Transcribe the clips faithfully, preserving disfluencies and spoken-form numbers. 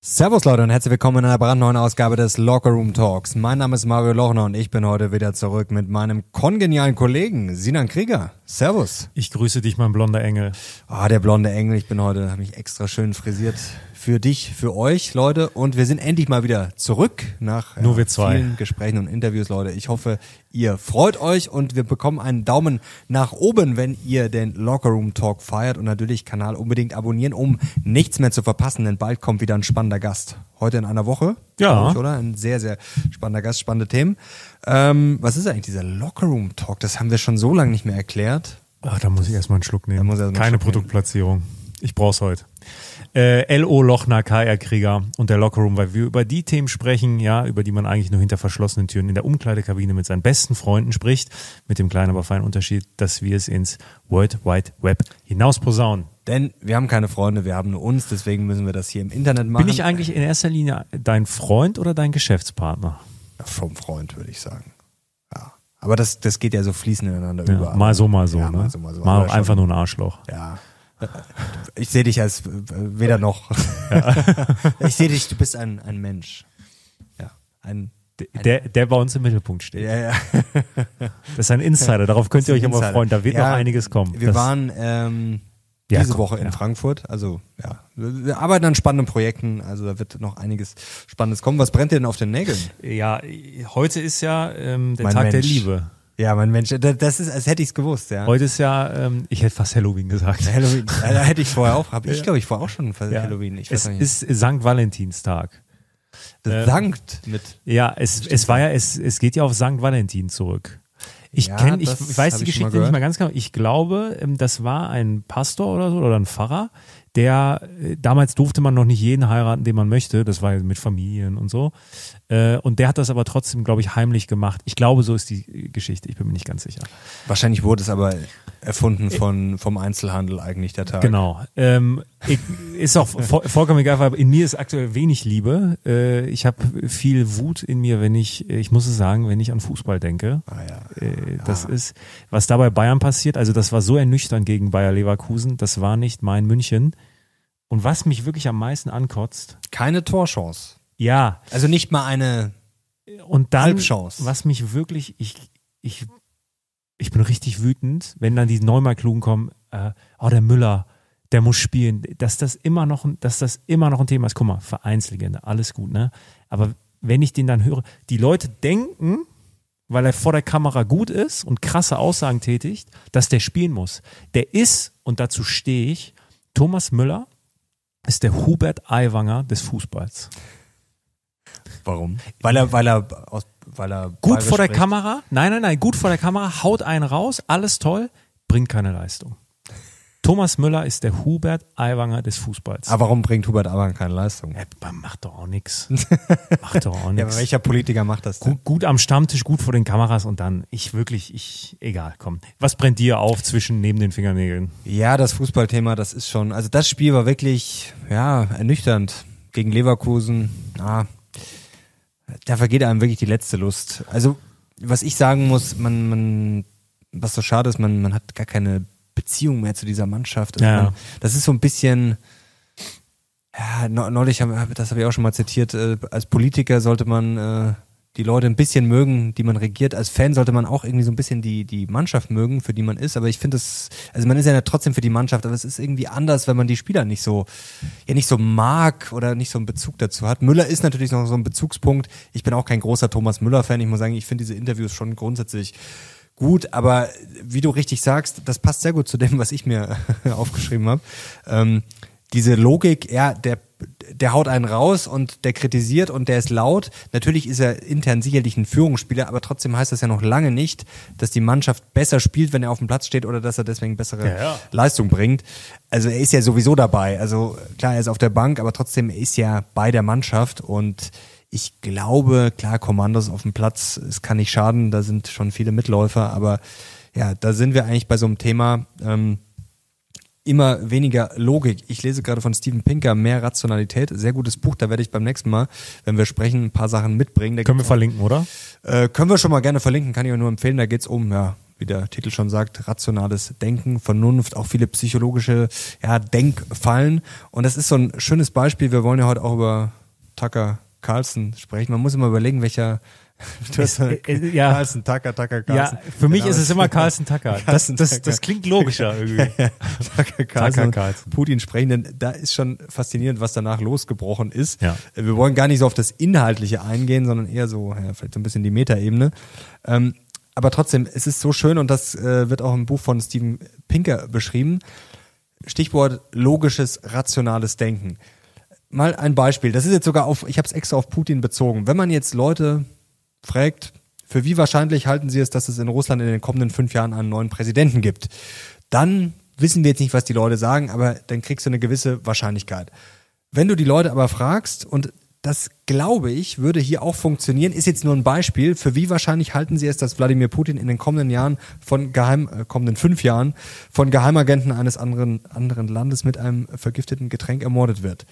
Servus Leute und herzlich willkommen in einer brandneuen Ausgabe des Locker Room Talks. Mein Name ist Mario Lochner und ich bin heute wieder zurück mit meinem kongenialen Kollegen Sinan Krieger. Servus. Ich grüße dich, mein blonder Engel. Ah, der blonde Engel. Ich bin heute, habe mich extra schön frisiert für dich, für euch, Leute. Und wir sind endlich mal wieder zurück nach Nur ja, wir zwei. vielen Gesprächen und Interviews, Leute. Ich hoffe, ihr freut euch und wir bekommen einen Daumen nach oben, wenn ihr den Locker Room Talk feiert. Und natürlich Kanal unbedingt abonnieren, um nichts mehr zu verpassen, denn bald kommt wieder ein spannender Gast. Heute in einer Woche, ja, ich, oder? Ein sehr, sehr spannender Gast, spannende Themen. Ähm, was ist eigentlich dieser Locker Room Talk? Das haben wir schon so lange nicht mehr erklärt. Ach, da muss ich erstmal einen Schluck nehmen. Muss Keine Schluck Produktplatzierung. Ich brauch's heute. Äh, L O Lochner, K R Krieger und der Locker Room, weil wir über die Themen sprechen, ja, über die man eigentlich nur hinter verschlossenen Türen in der Umkleidekabine mit seinen besten Freunden spricht, mit dem kleinen, aber feinen Unterschied, dass wir es ins World Wide Web hinaus posaunen. Denn wir haben keine Freunde, wir haben nur uns, deswegen müssen wir das hier im Internet machen. Bin ich eigentlich in erster Linie dein Freund oder dein Geschäftspartner? Ja, vom Freund, würde ich sagen. Ja. Aber das, das geht ja so fließend ineinander Ja, über. mal so, mal so. Ja, ne? mal so, mal so. Mal Aber auch einfach schon, nur ein Arschloch. Ja. Ich sehe dich als weder noch. Ja. Ich sehe dich, du bist ein, ein Mensch. Ja. Ein, ein Der, der bei uns im Mittelpunkt steht. Ja, ja. Das ist ein Insider, darauf könnt ihr euch aber freuen, da wird ja, noch einiges kommen. Wir das, waren ähm, ja, diese komm, Woche in ja. Frankfurt, also ja, wir arbeiten an spannenden Projekten, also da wird noch einiges Spannendes kommen. Was brennt dir denn auf den Nägeln? Ja, heute ist ja ähm, der Mein Tag Mensch. der Liebe. Ja, mein Mensch, das ist, als hätte ich es gewusst, ja. Heute ist ja, ähm, ich hätte fast Halloween gesagt. Halloween, da hätte ich vorher auch, habe ich Ja. glaube ich vorher auch schon für Ja. Halloween. Ich Es weiß nicht. ist Sankt Valentinstag. Sankt mit. Ja, es, es war ja, es, es geht ja auf Sankt Valentin zurück. Ich Ja, kenne, ich das weiß hab die ich schon mal Geschichte nicht gehört. mehr ganz genau. Ich glaube, ähm, das war ein Pastor oder so oder ein Pfarrer, der äh, damals durfte man noch nicht jeden heiraten, den man möchte. Das war ja mit Familien und so. Äh, Und der hat das aber trotzdem, glaube ich, heimlich gemacht. Ich glaube, so ist die Geschichte. Ich bin mir nicht ganz sicher. Wahrscheinlich wurde es aber erfunden von, vom Einzelhandel eigentlich der Tag. Genau. Ähm, ich, ist auch vo vollkommen egal, weil in mir ist aktuell wenig Liebe. Äh, ich habe viel Wut in mir, wenn ich, ich muss es sagen, wenn ich an Fußball denke. Ah, ja. Äh, das Ja. ist, was da bei Bayern passiert, also das war so ernüchternd gegen Bayer Leverkusen, das war nicht mein München. Und was mich wirklich am meisten ankotzt, Keine Torchance. ja, Also nicht mal eine. und dann, Halbchance. was mich wirklich, ich, ich, ich bin richtig wütend, wenn dann die Neumarkt-Klugen kommen, äh, oh, der Müller, der muss spielen, dass das immer noch, ein- dass das immer noch ein Thema ist. Guck mal, Vereinslegende, alles gut, ne? Aber wenn ich den dann höre, die Leute denken, weil er vor der Kamera gut ist und krasse Aussagen tätigt, dass der spielen muss. Der ist, und dazu stehe ich, Thomas Müller ist der Hubert Aiwanger des Fußballs. Warum? Weil er, weil er aus, weil er Gut bayerisch vor der spricht. Kamera, nein, nein, nein, gut vor der Kamera, haut einen raus, alles toll, bringt keine Leistung. Thomas Müller ist der Hubert Aiwanger des Fußballs. Aber warum bringt Hubert Aiwanger keine Leistung? Ja, man macht doch auch nichts. Macht doch auch Ja, aber nichts. welcher Politiker macht das denn? Gut, gut am Stammtisch, gut vor den Kameras und dann, ich wirklich, ich, egal, komm. Was brennt dir auf zwischen neben den Fingernägeln? Ja, das Fußballthema, das ist schon, also das Spiel war wirklich, ja, ernüchternd gegen Leverkusen. Ah, da vergeht einem wirklich die letzte Lust. Also, was ich sagen muss, man, man, was so schade ist, man, man hat gar keine Beziehung mehr zu dieser Mannschaft. Also Ja. man, das ist so ein bisschen, ja, neu- neulich, hab, das habe ich auch schon mal zitiert, äh, als Politiker sollte man äh, die Leute ein bisschen mögen, die man regiert. Als Fan sollte man auch irgendwie so ein bisschen die, die Mannschaft mögen, für die man ist. Aber ich finde es, also man ist ja trotzdem für die Mannschaft, aber es ist irgendwie anders, wenn man die Spieler nicht so, ja nicht so mag oder nicht so einen Bezug dazu hat. Müller ist natürlich noch so ein Bezugspunkt. Ich bin auch kein großer Thomas Müller-Fan. Ich muss sagen, ich finde diese Interviews schon grundsätzlich gut, aber wie du richtig sagst, das passt sehr gut zu dem, was ich mir aufgeschrieben habe. Ähm, diese Logik, ja, der, der haut einen raus und der kritisiert und der ist laut. Natürlich ist er intern sicherlich ein Führungsspieler, aber trotzdem heißt das ja noch lange nicht, dass die Mannschaft besser spielt, wenn er auf dem Platz steht oder dass er deswegen bessere Ja, ja. Leistung bringt. Also er ist ja sowieso dabei. Also klar, er ist auf der Bank, aber trotzdem er ist ja bei der Mannschaft und ich glaube, klar, Kommandos auf dem Platz, es kann nicht schaden, da sind schon viele Mitläufer, aber ja, da sind wir eigentlich bei so einem Thema, ähm, immer weniger Logik. Ich lese gerade von Steven Pinker Mehr Rationalität, sehr gutes Buch, da werde ich beim nächsten Mal, wenn wir sprechen, ein paar Sachen mitbringen. Da Können wir gibt's verlinken, oder? auch, äh, können wir schon mal gerne verlinken, kann ich euch nur empfehlen, da geht's um, ja, wie der Titel schon sagt, rationales Denken, Vernunft, auch viele psychologische ja, Denkfallen. Und das ist so ein schönes Beispiel. Wir wollen ja heute auch über Tucker Carlson sprechen. Man muss immer überlegen, welcher du hast äh, äh, ja. Carlson, Tucker, Tucker Carlson. Ja, für mich genau. ist es immer Carlson Tucker. Das, das, das klingt logischer irgendwie. Tucker Carlson, Tucker Carlson. Putin sprechen, denn da ist schon faszinierend, was danach losgebrochen ist. Ja. Wir wollen gar nicht so auf das Inhaltliche eingehen, sondern eher so, ja, vielleicht so ein bisschen die Metaebene. Ähm, aber trotzdem, es ist so schön und das äh, wird auch im Buch von Steven Pinker beschrieben. Stichwort logisches, rationales Denken. Mal ein Beispiel. Das ist jetzt sogar auf, ich habe es extra auf Putin bezogen. Wenn man jetzt Leute fragt, für wie wahrscheinlich halten Sie es, dass es in Russland in den kommenden fünf Jahren einen neuen Präsidenten gibt, dann wissen wir jetzt nicht, was die Leute sagen, aber dann kriegst du eine gewisse Wahrscheinlichkeit. Wenn du die Leute aber fragst, und das glaube ich, würde hier auch funktionieren, ist jetzt nur ein Beispiel, für wie wahrscheinlich halten Sie es, dass Wladimir Putin in den kommenden Jahren von Geheim, äh, kommenden fünf Jahren von Geheimagenten eines anderen, anderen Landes mit einem vergifteten Getränk ermordet wird?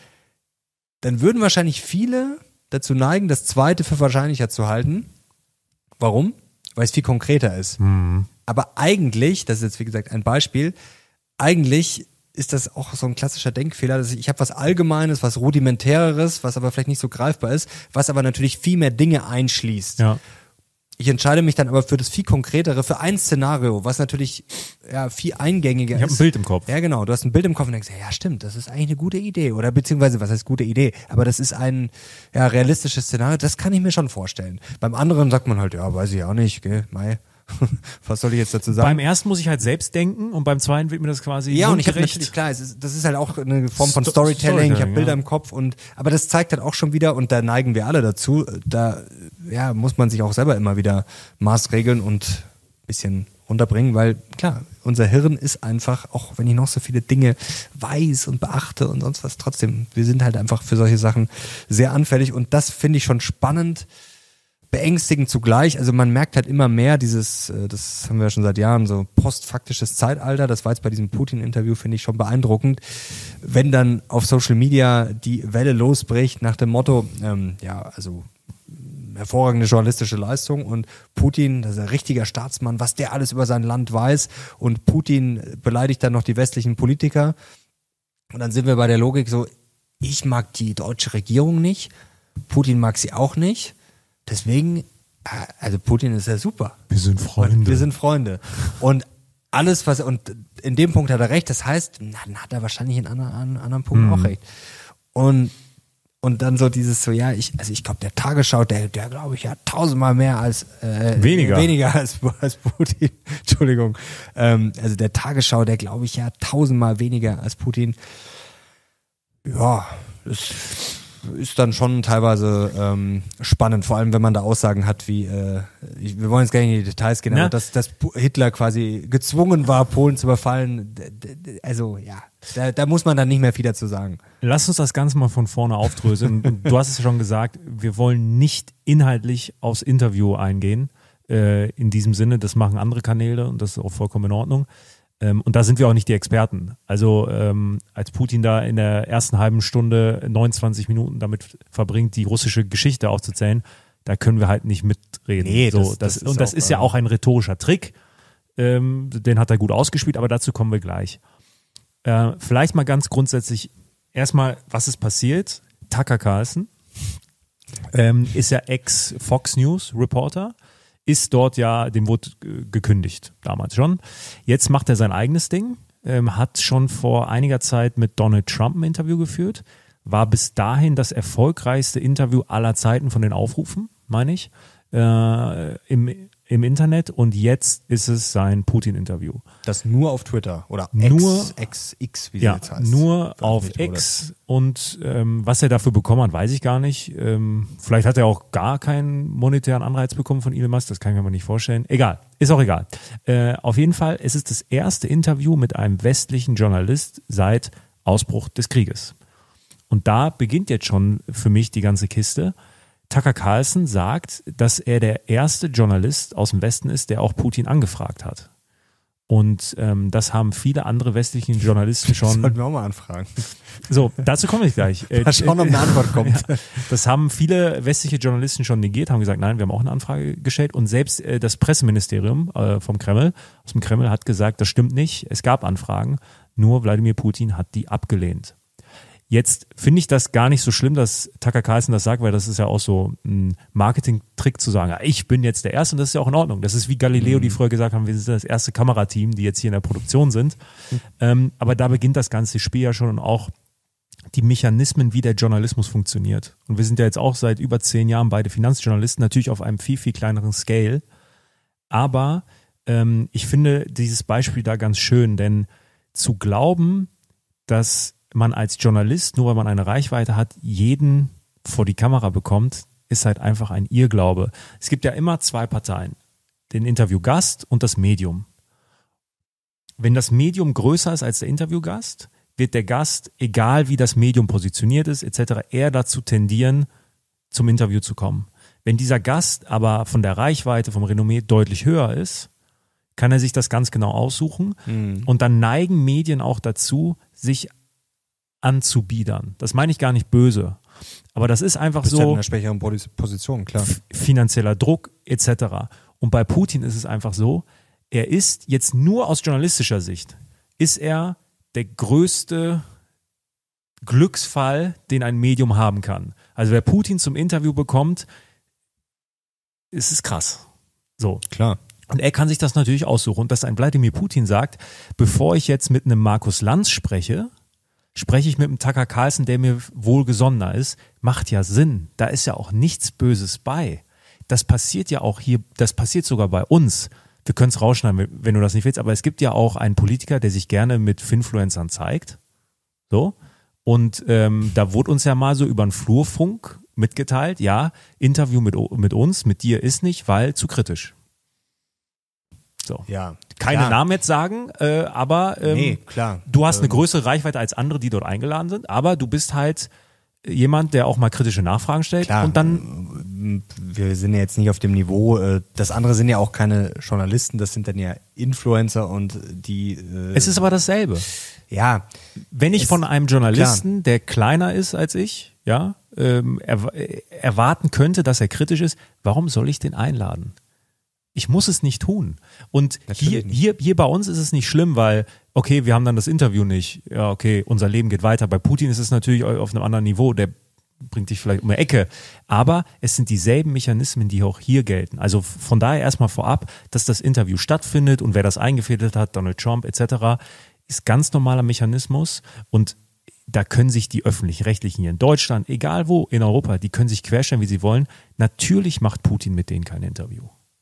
Dann würden wahrscheinlich viele dazu neigen, das Zweite für wahrscheinlicher zu halten. Warum? Weil es viel konkreter ist. Mhm. Aber eigentlich, das ist jetzt wie gesagt ein Beispiel, eigentlich ist das auch so ein klassischer Denkfehler, dass ich, ich habe was Allgemeines, was Rudimentäreres, was aber vielleicht nicht so greifbar ist, was aber natürlich viel mehr Dinge einschließt. Ja. Ich entscheide mich dann aber für das viel konkretere, für ein Szenario, was natürlich ja viel eingängiger Ich ist. habe ein Bild im Kopf. Ja, genau. Du hast ein Bild im Kopf und denkst, ja, stimmt, das ist eigentlich eine gute Idee. Oder beziehungsweise, was heißt gute Idee? Aber das ist ein ja, realistisches Szenario, das kann ich mir schon vorstellen. Beim anderen sagt man halt, ja, weiß ich auch nicht, gell, mei. Was soll ich jetzt dazu sagen? Beim ersten muss ich halt selbst denken und beim zweiten wird mir das quasi Ja, und ich habe mundgerecht. natürlich, klar, es ist, das ist halt auch eine Form von Sto- Storytelling, ich habe Storytelling, Bilder ja. im Kopf und, aber das zeigt halt auch schon wieder, und da neigen wir alle dazu, da, ja, muss man sich auch selber immer wieder maßregeln und ein bisschen runterbringen, weil, klar, unser Hirn ist einfach, auch wenn ich noch so viele Dinge weiß und beachte und sonst was, trotzdem, wir sind halt einfach für solche Sachen sehr anfällig und das finde ich schon spannend, beängstigend zugleich. Also man merkt halt immer mehr dieses, das haben wir ja schon seit Jahren, so postfaktisches Zeitalter. Das war jetzt bei diesem Putin-Interview, finde ich schon beeindruckend. Wenn dann auf Social Media die Welle losbricht nach dem Motto, ähm, ja, also hervorragende journalistische Leistung und Putin, das ist ein richtiger Staatsmann, was der alles über sein Land weiß und Putin beleidigt dann noch die westlichen Politiker. Und dann sind wir bei der Logik so, ich mag die deutsche Regierung nicht, Putin mag sie auch nicht. Deswegen, also Putin ist ja super. Wir sind Freunde. Wir sind Freunde. Und alles, was, und in dem Punkt hat er recht, das heißt, na, dann hat er wahrscheinlich in anderen, an anderen Punkten Mhm. auch recht. Und, und dann so dieses so, ja, ich, also ich glaube, der Tagesschau, der, der glaube ich ja tausendmal mehr als, äh, Weniger. weniger als, als Putin. Entschuldigung. Ähm, also der Tagesschau, der glaube ich ja tausendmal weniger als Putin. Ja, das ist dann schon teilweise ähm, spannend, vor allem wenn man da Aussagen hat wie, äh, ich, wir wollen jetzt gar nicht in die Details gehen, Ja. aber dass, dass Hitler quasi gezwungen war, Polen zu überfallen, d- d- also ja, da, da muss man dann nicht mehr viel dazu sagen. Lass uns das Ganze mal von vorne aufdröseln. Und du hast es ja schon gesagt, wir wollen nicht inhaltlich aufs Interview eingehen. Äh, in diesem Sinne, das machen andere Kanäle und das ist auch vollkommen in Ordnung. Ähm, und da sind wir auch nicht die Experten. Also ähm, als Putin da in der ersten halben Stunde neunundzwanzig Minuten damit verbringt, die russische Geschichte aufzuzählen, da können wir halt nicht mitreden. Nee, so, das- das, das ist und das auch, ist ja ähm, auch ein rhetorischer Trick. Ähm, den hat er gut ausgespielt, aber dazu kommen wir gleich. Äh, vielleicht mal ganz grundsätzlich erstmal, was ist passiert? Tucker Carlson ähm, ist ja Ex-Fox News Reporter, ist dort ja, dem wurde äh, gekündigt, damals schon. Jetzt macht er sein eigenes Ding, ähm, hat schon vor einiger Zeit mit Donald Trump ein Interview geführt, war bis dahin das erfolgreichste Interview aller Zeiten von den Aufrufen, meine ich, äh, im, im Internet und jetzt ist es sein Putin-Interview. Das nur auf Twitter oder Nur- X, X, X wie sie Ja, jetzt heißt. nur auf veröffentlicht wurde. X und ähm, was er dafür bekommen hat, weiß ich gar nicht. Ähm, vielleicht hat er auch gar keinen monetären Anreiz bekommen von Elon Musk, das kann ich mir aber nicht vorstellen. Egal, ist auch egal. Äh, auf jeden Fall, es ist das erste Interview mit einem westlichen Journalist seit Ausbruch des Krieges. Und da beginnt jetzt schon für mich die ganze Kiste. Tucker Carlson sagt, dass er der erste Journalist aus dem Westen ist, der auch Putin angefragt hat. Und ähm, das haben viele andere westliche Journalisten schon. Das sollten wir auch mal anfragen. So, dazu komme ich gleich. Mal schauen, ob eine Antwort kommt. Ja, das haben viele westliche Journalisten schon negiert, haben gesagt, nein, wir haben auch eine Anfrage gestellt. Und selbst äh, das Presseministerium äh, vom Kreml, aus dem Kreml hat gesagt, das stimmt nicht, es gab Anfragen, nur Wladimir Putin hat die abgelehnt. Jetzt finde ich das gar nicht so schlimm, dass Tucker Carlson das sagt, weil das ist ja auch so ein Marketing-Trick zu sagen, ich bin jetzt der Erste und das ist ja auch in Ordnung. Das ist wie Galileo, die früher gesagt haben, wir sind das erste Kamerateam, die jetzt hier in der Produktion sind. Mhm. Ähm, aber da beginnt das ganze Spiel ja schon und auch die Mechanismen, wie der Journalismus funktioniert. Und wir sind ja jetzt auch seit über zehn Jahren beide Finanzjournalisten, natürlich auf einem viel, viel kleineren Scale. Aber ähm, ich finde dieses Beispiel da ganz schön, denn zu glauben, dass man als Journalist, nur weil man eine Reichweite hat, jeden vor die Kamera bekommt, ist halt einfach ein Irrglaube. Es gibt ja immer zwei Parteien, den Interviewgast und das Medium. Wenn das Medium größer ist als der Interviewgast, wird der Gast, egal wie das Medium positioniert ist, et cetera, eher dazu tendieren, zum Interview zu kommen. Wenn dieser Gast aber von der Reichweite, vom Renommee deutlich höher ist, kann er sich das ganz genau aussuchen. Mhm. Und dann neigen Medien auch dazu, sich anzubiedern. Das meine ich gar nicht böse. Aber das ist einfach Bist so. Ja in einer schwächeren Position, klar. F- finanzieller Druck et cetera. Und bei Putin ist es einfach so, er ist jetzt nur aus journalistischer Sicht, ist er der größte Glücksfall, den ein Medium haben kann. Also wer Putin zum Interview bekommt, ist es krass. So. Klar. Und er kann sich das natürlich aussuchen. Und dass ein Wladimir Putin sagt, bevor ich jetzt mit einem Markus Lanz spreche, spreche ich mit einem Tucker Carlson, der mir wohlgesonnener ist, macht ja Sinn. Da ist ja auch nichts Böses bei. Das passiert ja auch hier, das passiert sogar bei uns. Wir können es rausschneiden, wenn du das nicht willst, aber es gibt ja auch einen Politiker, der sich gerne mit Finfluencern zeigt. So. Und ähm, da wurde uns ja mal so über den Flurfunk mitgeteilt, ja, Interview mit, mit uns, mit dir ist nicht, weil zu kritisch. So. Ja, keine klar. Namen jetzt sagen, äh, aber ähm, nee, klar. du hast ähm, eine größere Reichweite als andere, die dort eingeladen sind, aber du bist halt jemand, der auch mal kritische Nachfragen stellt. Klar, und dann wir sind ja jetzt nicht auf dem Niveau, äh, das andere sind ja auch keine Journalisten, das sind dann ja Influencer und die... Äh, es ist aber dasselbe. Ja. Wenn ich von einem Journalisten, klar, der kleiner ist als ich, ja, ähm, er, erwarten könnte, dass er kritisch ist, warum soll ich den einladen? Ich muss es nicht tun. Und hier, nicht. hier, hier bei uns ist es nicht schlimm, weil, okay, wir haben dann das Interview nicht. Ja, okay, unser Leben geht weiter. Bei Putin ist es natürlich auf einem anderen Niveau. Der bringt dich vielleicht um eine Ecke. Aber es sind dieselben Mechanismen, die auch hier gelten. Also von daher erstmal vorab, dass das Interview stattfindet und wer das eingefädelt hat, Donald Trump et cetera, ist ganz normaler Mechanismus. Und da können sich die Öffentlich-Rechtlichen hier in Deutschland, egal wo, in Europa, die können sich querstellen, wie sie wollen. Natürlich macht Putin mit denen kein Interview.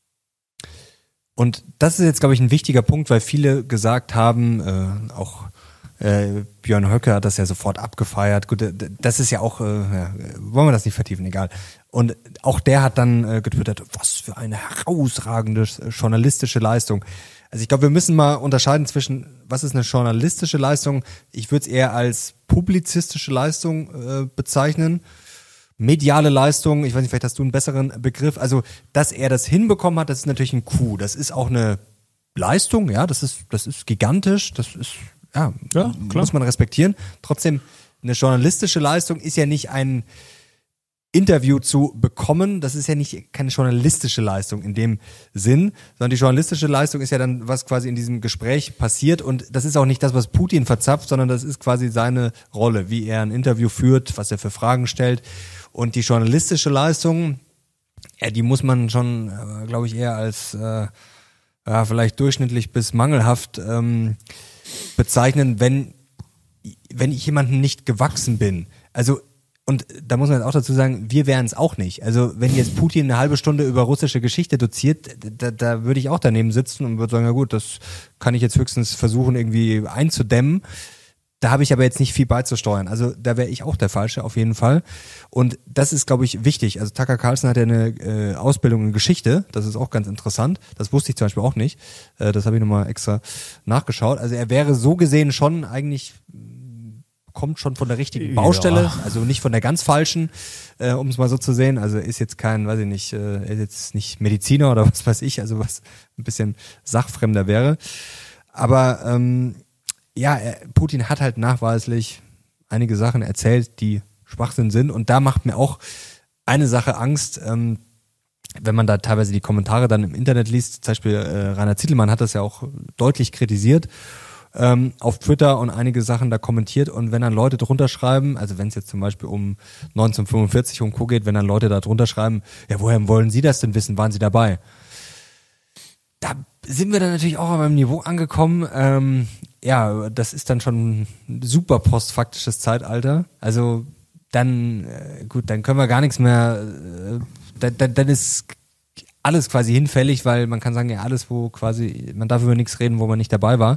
Und das ist jetzt, glaube ich, ein wichtiger Punkt, weil viele gesagt haben, äh, auch äh, Björn Höcke hat das ja sofort abgefeiert. Gut, das ist ja auch, äh, ja, wollen wir das nicht vertiefen, egal. Und auch der hat dann äh, getwittert, was für eine herausragende journalistische Leistung. Also ich glaube, wir müssen mal unterscheiden zwischen, was ist eine journalistische Leistung? Ich würde es eher als publizistische Leistung äh, bezeichnen. Mediale Leistung, ich weiß nicht, vielleicht hast du einen besseren Begriff, also dass er das hinbekommen hat, das ist natürlich ein Coup, das ist auch eine Leistung, ja, das ist das ist gigantisch, das ist, ja, ja klar, muss man respektieren. Trotzdem, eine journalistische Leistung ist ja nicht ein Interview zu bekommen, das ist ja nicht keine journalistische Leistung in dem Sinn, sondern die journalistische Leistung ist ja dann, was quasi in diesem Gespräch passiert und das ist auch nicht das, was Putin verzapft, sondern das ist quasi seine Rolle, wie er ein Interview führt, was er für Fragen stellt. Und die journalistische Leistung, ja, die muss man schon, äh, glaube ich, eher als äh, ja, vielleicht durchschnittlich bis mangelhaft ähm, bezeichnen, wenn wenn ich jemandem nicht gewachsen bin. Also, und da muss man jetzt auch dazu sagen, wir wären es auch nicht. Also wenn jetzt Putin eine halbe Stunde über russische Geschichte doziert, da, da würde ich auch daneben sitzen und würde sagen, ja gut, das kann ich jetzt höchstens versuchen irgendwie einzudämmen. Da habe ich aber jetzt nicht viel beizusteuern. Also da wäre ich auch der Falsche auf jeden Fall. Und das ist, glaube ich, wichtig. Also Tucker Carlson hat ja eine äh, Ausbildung in Geschichte. Das ist auch ganz interessant. Das wusste ich zum Beispiel auch nicht. Äh, das habe ich nochmal extra nachgeschaut. Also er wäre so gesehen schon eigentlich, kommt schon von der richtigen Baustelle. Ja. Also nicht von der ganz falschen, äh, um es mal so zu sehen. Also ist jetzt kein, weiß ich nicht, äh, er ist jetzt nicht Mediziner oder was weiß ich. Also was ein bisschen sachfremder wäre. Aber ähm, ja, er, Putin hat halt nachweislich einige Sachen erzählt, die Schwachsinn sind. Und da macht mir auch eine Sache Angst, ähm, wenn man da teilweise die Kommentare dann im Internet liest. Zum Beispiel äh, Rainer Zittelmann hat das ja auch deutlich kritisiert ähm, auf Twitter und einige Sachen da kommentiert. Und wenn dann Leute drunter schreiben, also wenn es jetzt zum Beispiel um neunzehnhundertfünfundvierzig und Co. geht, wenn dann Leute da drunter schreiben, ja, woher wollen Sie das denn wissen? Waren Sie dabei? Da sind wir dann natürlich auch auf einem Niveau angekommen. Ähm, ja, das ist dann schon ein super postfaktisches Zeitalter. Also dann, äh, gut, dann können wir gar nichts mehr, äh, dann, dann, dann ist alles quasi hinfällig, weil man kann sagen, ja, alles, wo quasi, man darf über nichts reden, wo man nicht dabei war.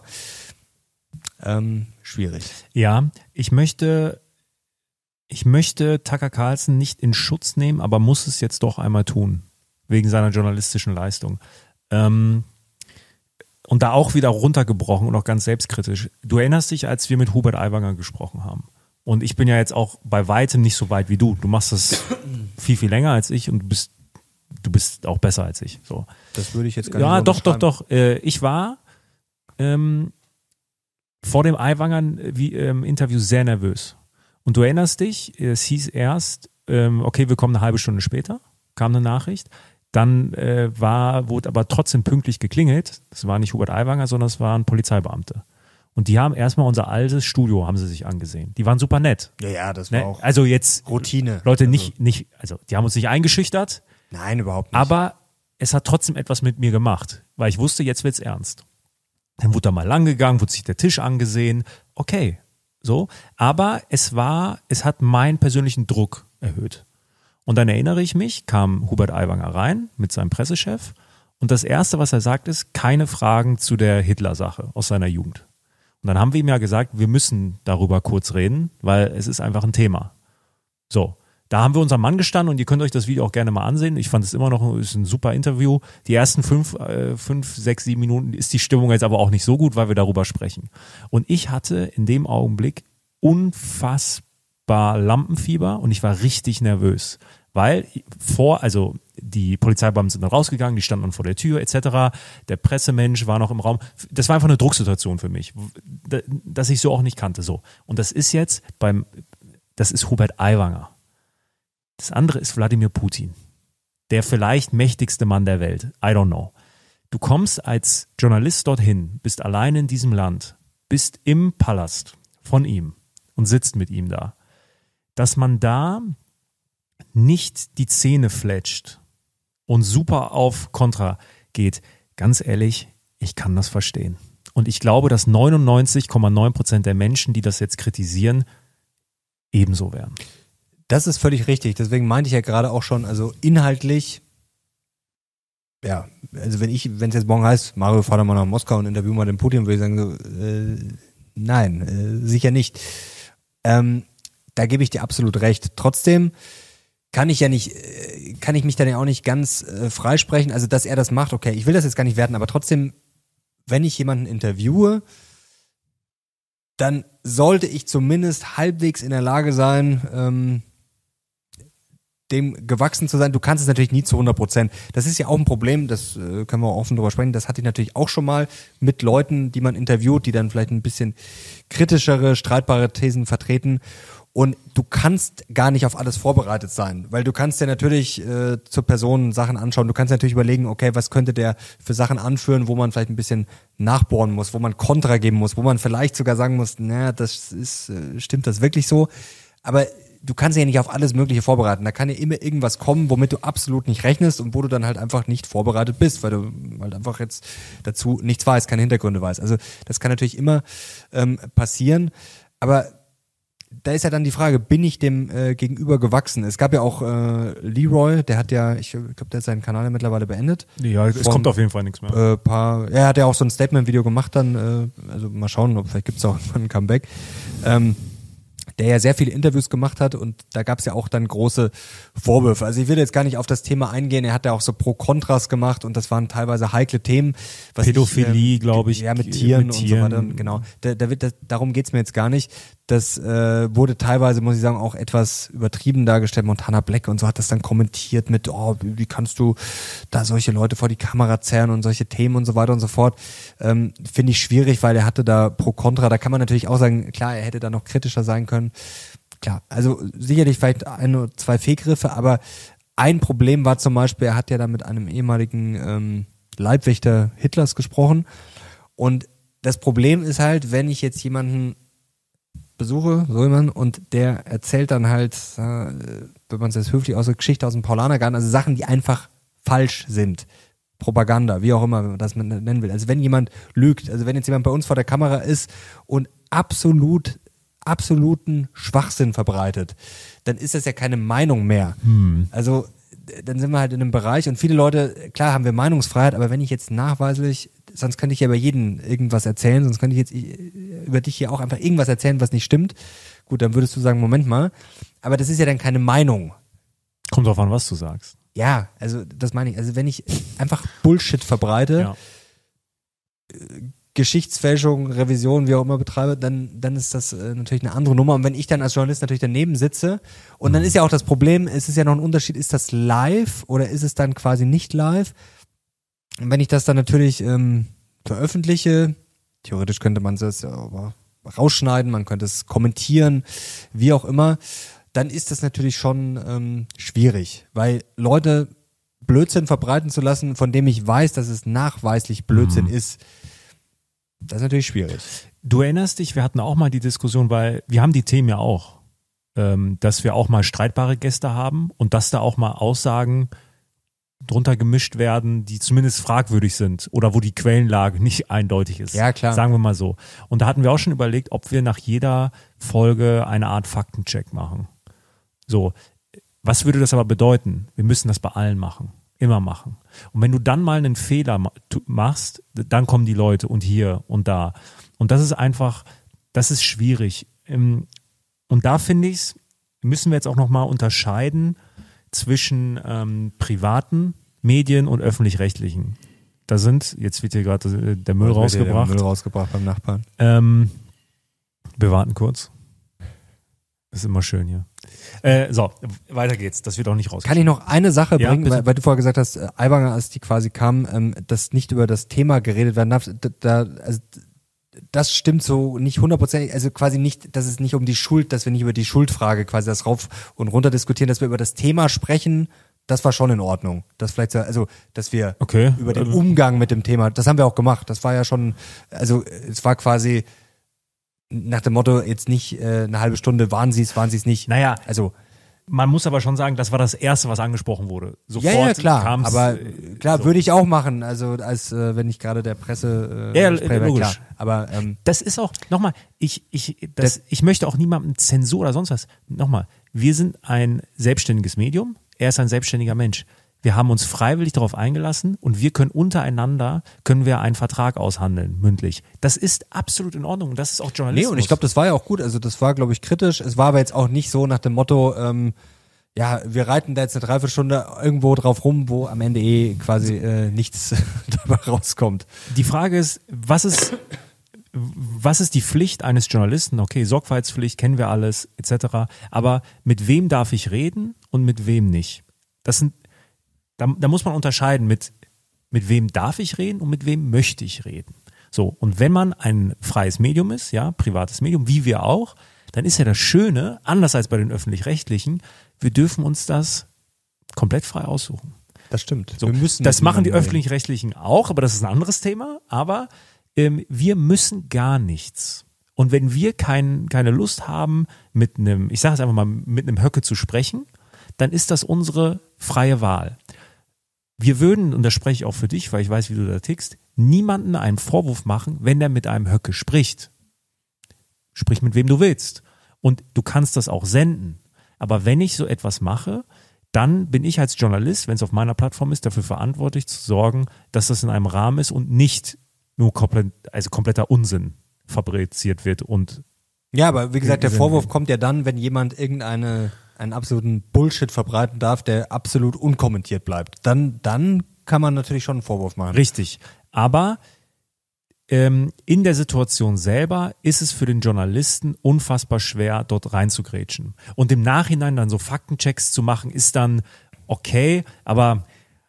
Ähm, schwierig. Ja, ich möchte, ich möchte Tucker Carlson nicht in Schutz nehmen, aber muss es jetzt doch einmal tun, wegen seiner journalistischen Leistung. Ähm, und da auch wieder runtergebrochen und auch ganz selbstkritisch. Du erinnerst dich, als wir mit Hubert Aiwanger gesprochen haben. Und ich bin ja jetzt auch bei weitem nicht so weit wie du. Du machst das viel, viel länger als ich und du bist, du bist auch besser als ich. So. Das würde ich jetzt gar ja, nicht so doch, doch, doch. Äh, ich war ähm, vor dem Aiwanger-Interview sehr nervös. Und du erinnerst dich, es hieß erst, ähm, okay, wir kommen eine halbe Stunde später, kam eine Nachricht. Dann äh, war, wurde aber trotzdem pünktlich geklingelt. Das war nicht Hubert Aiwanger, sondern es waren Polizeibeamte. Und die haben erstmal unser altes Studio, haben sie sich angesehen. Die waren super nett. Ja, ja, das war ne? auch also jetzt Routine. Leute, also. nicht, nicht, also die haben uns nicht eingeschüchtert. Nein, überhaupt nicht. Aber es hat trotzdem etwas mit mir gemacht, weil ich wusste, jetzt wird's ernst. Dann wurde da mal lang gegangen, wurde sich der Tisch angesehen. Okay, so. Aber es war, es hat meinen persönlichen Druck erhöht. Und dann erinnere ich mich, kam Hubert Aiwanger rein mit seinem Pressechef und das Erste, was er sagt, ist, keine Fragen zu der Hitler-Sache aus seiner Jugend. Und dann haben wir ihm ja gesagt, wir müssen darüber kurz reden, weil es ist einfach ein Thema. So, da haben wir unseren Mann gestanden und ihr könnt euch das Video auch gerne mal ansehen. Ich fand es immer noch ist ein super Interview. Die ersten fünf, äh, fünf, sechs, sieben Minuten ist die Stimmung jetzt aber auch nicht so gut, weil wir darüber sprechen. Und ich hatte in dem Augenblick unfassbar Lampenfieber und ich war richtig nervös. Weil vor, also die Polizeibeamten sind dann rausgegangen, die standen dann vor der Tür et cetera. Der Pressemensch war noch im Raum. Das war einfach eine Drucksituation für mich, dass ich so auch nicht kannte. So. Und das ist jetzt beim, das ist Hubert Aiwanger. Das andere ist Wladimir Putin. Der vielleicht mächtigste Mann der Welt. I don't know. Du kommst als Journalist dorthin, bist allein in diesem Land, bist im Palast von ihm und sitzt mit ihm da. Dass man da nicht die Zähne fletscht und super auf Kontra geht, ganz ehrlich, ich kann das verstehen. Und ich glaube, dass neunundneunzig Komma neun Prozent der Menschen, die das jetzt kritisieren, ebenso wären. Das ist völlig richtig. Deswegen meinte ich ja gerade auch schon, also inhaltlich, ja, also wenn ich, wenn es jetzt morgen heißt, Mario, fahr doch mal nach Moskau und interview mal den Putin, würde ich sagen, so, äh, nein, äh, sicher nicht. Ähm, da gebe ich dir absolut recht. Trotzdem kann ich ja nicht, kann ich mich dann ja auch nicht ganz äh, freisprechen, also dass er das macht, okay, ich will das jetzt gar nicht werten, aber trotzdem, wenn ich jemanden interviewe, dann sollte ich zumindest halbwegs in der Lage sein, ähm, dem gewachsen zu sein. Du kannst es natürlich nie zu hundert Prozent. Das ist ja auch ein Problem, das äh, können wir auch offen drüber sprechen, das hatte ich natürlich auch schon mal mit Leuten, die man interviewt, die dann vielleicht ein bisschen kritischere, streitbare Thesen vertreten. Und du kannst gar nicht auf alles vorbereitet sein, weil du kannst dir natürlich äh, zur Person Sachen anschauen. Du kannst natürlich überlegen, okay, was könnte der für Sachen anführen, wo man vielleicht ein bisschen nachbohren muss, wo man Kontra geben muss, wo man vielleicht sogar sagen muss, naja, das ist, äh, stimmt das wirklich so? Aber du kannst ja nicht auf alles Mögliche vorbereiten. Da kann ja immer irgendwas kommen, womit du absolut nicht rechnest und wo du dann halt einfach nicht vorbereitet bist, weil du halt einfach jetzt dazu nichts weißt, keine Hintergründe weißt. Also das kann natürlich immer ähm, passieren, aber da ist ja dann die Frage, bin ich dem äh, gegenüber gewachsen? Es gab ja auch äh, Leroy, der hat ja, ich glaube, der hat seinen Kanal ja mittlerweile beendet. Ja, es Von, kommt auf jeden Fall nichts mehr. Äh, paar, er hat ja auch so ein Statement-Video gemacht dann, äh, also mal schauen, ob vielleicht gibt es auch ein Comeback. Ähm, der ja sehr viele Interviews gemacht hat und da gab es ja auch dann große Vorwürfe. Also ich will jetzt gar nicht auf das Thema eingehen, er hat ja auch so Pro-Kontras gemacht und das waren teilweise heikle Themen. Was Pädophilie, ähm, glaube ich. Ja, mit Tieren, mit und Tieren. so weiter. Genau. Da, da wird, das, darum geht's mir jetzt gar nicht. Das äh, wurde teilweise, muss ich sagen, auch etwas übertrieben dargestellt. Montana Black und so hat das dann kommentiert mit, oh, wie kannst du da solche Leute vor die Kamera zerren und solche Themen und so weiter und so fort. Ähm, finde ich schwierig, weil er hatte da pro Contra, da kann man natürlich auch sagen, klar, er hätte da noch kritischer sein können. Klar, also sicherlich vielleicht ein oder zwei Fehlgriffe, aber ein Problem war zum Beispiel, er hat ja da mit einem ehemaligen ähm, Leibwächter Hitlers gesprochen und das Problem ist halt, wenn ich jetzt jemanden besuche, so jemand, und der erzählt dann halt, äh, wenn man es jetzt höflich aus, Geschichte aus dem Paulanergarten, also Sachen, die einfach falsch sind. Propaganda, wie auch immer, wenn man das nennen will. Also wenn jemand lügt, also wenn jetzt jemand bei uns vor der Kamera ist und absolut, absoluten Schwachsinn verbreitet, dann ist das ja keine Meinung mehr. Hm. Also dann sind wir halt in einem Bereich und viele Leute, klar haben wir Meinungsfreiheit, aber wenn ich jetzt nachweislich, sonst könnte ich ja über jeden irgendwas erzählen, sonst könnte ich jetzt über dich hier auch einfach irgendwas erzählen, was nicht stimmt. Gut, dann würdest du sagen, Moment mal, aber das ist ja dann keine Meinung. Kommt drauf an, was du sagst. Ja, also das meine ich. Also wenn ich einfach Bullshit verbreite, ja. Geschichtsfälschung, Revision, wie auch immer betreibe, dann, dann ist das äh, natürlich eine andere Nummer. Und wenn ich dann als Journalist natürlich daneben sitze, und dann ist ja auch das Problem, es ist ja noch ein Unterschied, ist das live oder ist es dann quasi nicht live? Und wenn ich das dann natürlich ähm, veröffentliche, theoretisch könnte man das ja rausschneiden, man könnte es kommentieren, wie auch immer, dann ist das natürlich schon ähm, schwierig, weil Leute Blödsinn verbreiten zu lassen, von dem ich weiß, dass es nachweislich Blödsinn mhm. ist, das ist natürlich schwierig. Du erinnerst dich, wir hatten auch mal die Diskussion, weil wir haben die Themen ja auch, ähm, dass wir auch mal streitbare Gäste haben und dass da auch mal Aussagen drunter gemischt werden, die zumindest fragwürdig sind oder wo die Quellenlage nicht eindeutig ist. Ja, klar. Sagen wir mal so. Und da hatten wir auch schon überlegt, ob wir nach jeder Folge eine Art Faktencheck machen. So, was würde das aber bedeuten? Wir müssen das bei allen machen. Immer machen. Und wenn du dann mal einen Fehler machst, dann kommen die Leute und hier und da. Und das ist einfach, das ist schwierig. Und da finde ich es, müssen wir jetzt auch nochmal unterscheiden zwischen ähm, privaten Medien und öffentlich-rechtlichen. Da sind, jetzt wird hier gerade der Müll rausgebracht. Der Müll rausgebracht beim Nachbarn. Ähm, wir warten kurz. Ist immer schön hier. Äh, so, weiter geht's. Das wird auch nicht raus. Kann ich noch eine Sache ja, bringen, weil, weil du vorher gesagt hast, äh, Aiwanger, als die quasi kam, ähm, dass nicht über das Thema geredet werden darf. Da, da, also, das stimmt so nicht hundertprozentig, also quasi nicht, dass es nicht um die Schuld, dass wir nicht über die Schuldfrage quasi das rauf und runter diskutieren, dass wir über das Thema sprechen, das war schon in Ordnung. Das vielleicht, also, dass wir okay. über den Umgang mit dem Thema, das haben wir auch gemacht. Das war ja schon, also es war quasi nach dem Motto, jetzt nicht äh, eine halbe Stunde, waren sie es, waren sie es nicht. Naja, also man muss aber schon sagen, das war das Erste, was angesprochen wurde. Sofort ja, ja, klar, kam's, aber klar, so. würde ich auch machen, also als äh, wenn ich gerade der Presse äh, ja, spreche, logisch. Klar. Aber ähm, das ist auch, nochmal, ich, ich, das, das, ich möchte auch niemandem Zensur oder sonst was. Nochmal, wir sind ein selbstständiges Medium, er ist ein selbstständiger Mensch. Wir haben uns freiwillig darauf eingelassen und wir können untereinander, können wir einen Vertrag aushandeln, mündlich. Das ist absolut in Ordnung und das ist auch Journalismus. Nee, und ich glaube, das war ja auch gut, also das war, glaube ich, kritisch. Es war aber jetzt auch nicht so nach dem Motto, ähm, ja, wir reiten da jetzt eine Dreiviertelstunde irgendwo drauf rum, wo am Ende eh quasi äh, nichts dabei rauskommt. Die Frage ist, was ist, was ist die Pflicht eines Journalisten? Okay, Sorgfaltspflicht, kennen wir alles, et cetera. Aber mit wem darf ich reden und mit wem nicht? Das sind Da, da muss man unterscheiden, mit, mit wem darf ich reden und mit wem möchte ich reden. So, und wenn man ein freies Medium ist, ja, privates Medium, wie wir auch, dann ist ja das Schöne, anders als bei den Öffentlich-Rechtlichen, wir dürfen uns das komplett frei aussuchen. Das stimmt. So, wir müssen das machen die Öffentlich-Rechtlichen auch, aber das ist ein anderes Thema. Aber ähm, wir müssen gar nichts. Und wenn wir kein, keine Lust haben, mit einem, ich sage es einfach mal, mit einem Höcke zu sprechen, dann ist das unsere freie Wahl. Wir würden, und das spreche ich auch für dich, weil ich weiß, wie du da tickst, niemanden einen Vorwurf machen, wenn der mit einem Höcke spricht. Sprich mit wem du willst. Und du kannst das auch senden. Aber wenn ich so etwas mache, dann bin ich als Journalist, wenn es auf meiner Plattform ist, dafür verantwortlich zu sorgen, dass das in einem Rahmen ist und nicht nur komplett, also kompletter Unsinn fabriziert wird. Und ja, aber wie gesagt, der Vorwurf kommt ja dann, wenn jemand irgendeine einen absoluten Bullshit verbreiten darf, der absolut unkommentiert bleibt. Dann, dann kann man natürlich schon einen Vorwurf machen. Richtig. Aber ähm, in der Situation selber ist es für den Journalisten unfassbar schwer, dort reinzugrätschen. Und im Nachhinein dann so Faktenchecks zu machen, ist dann okay, aber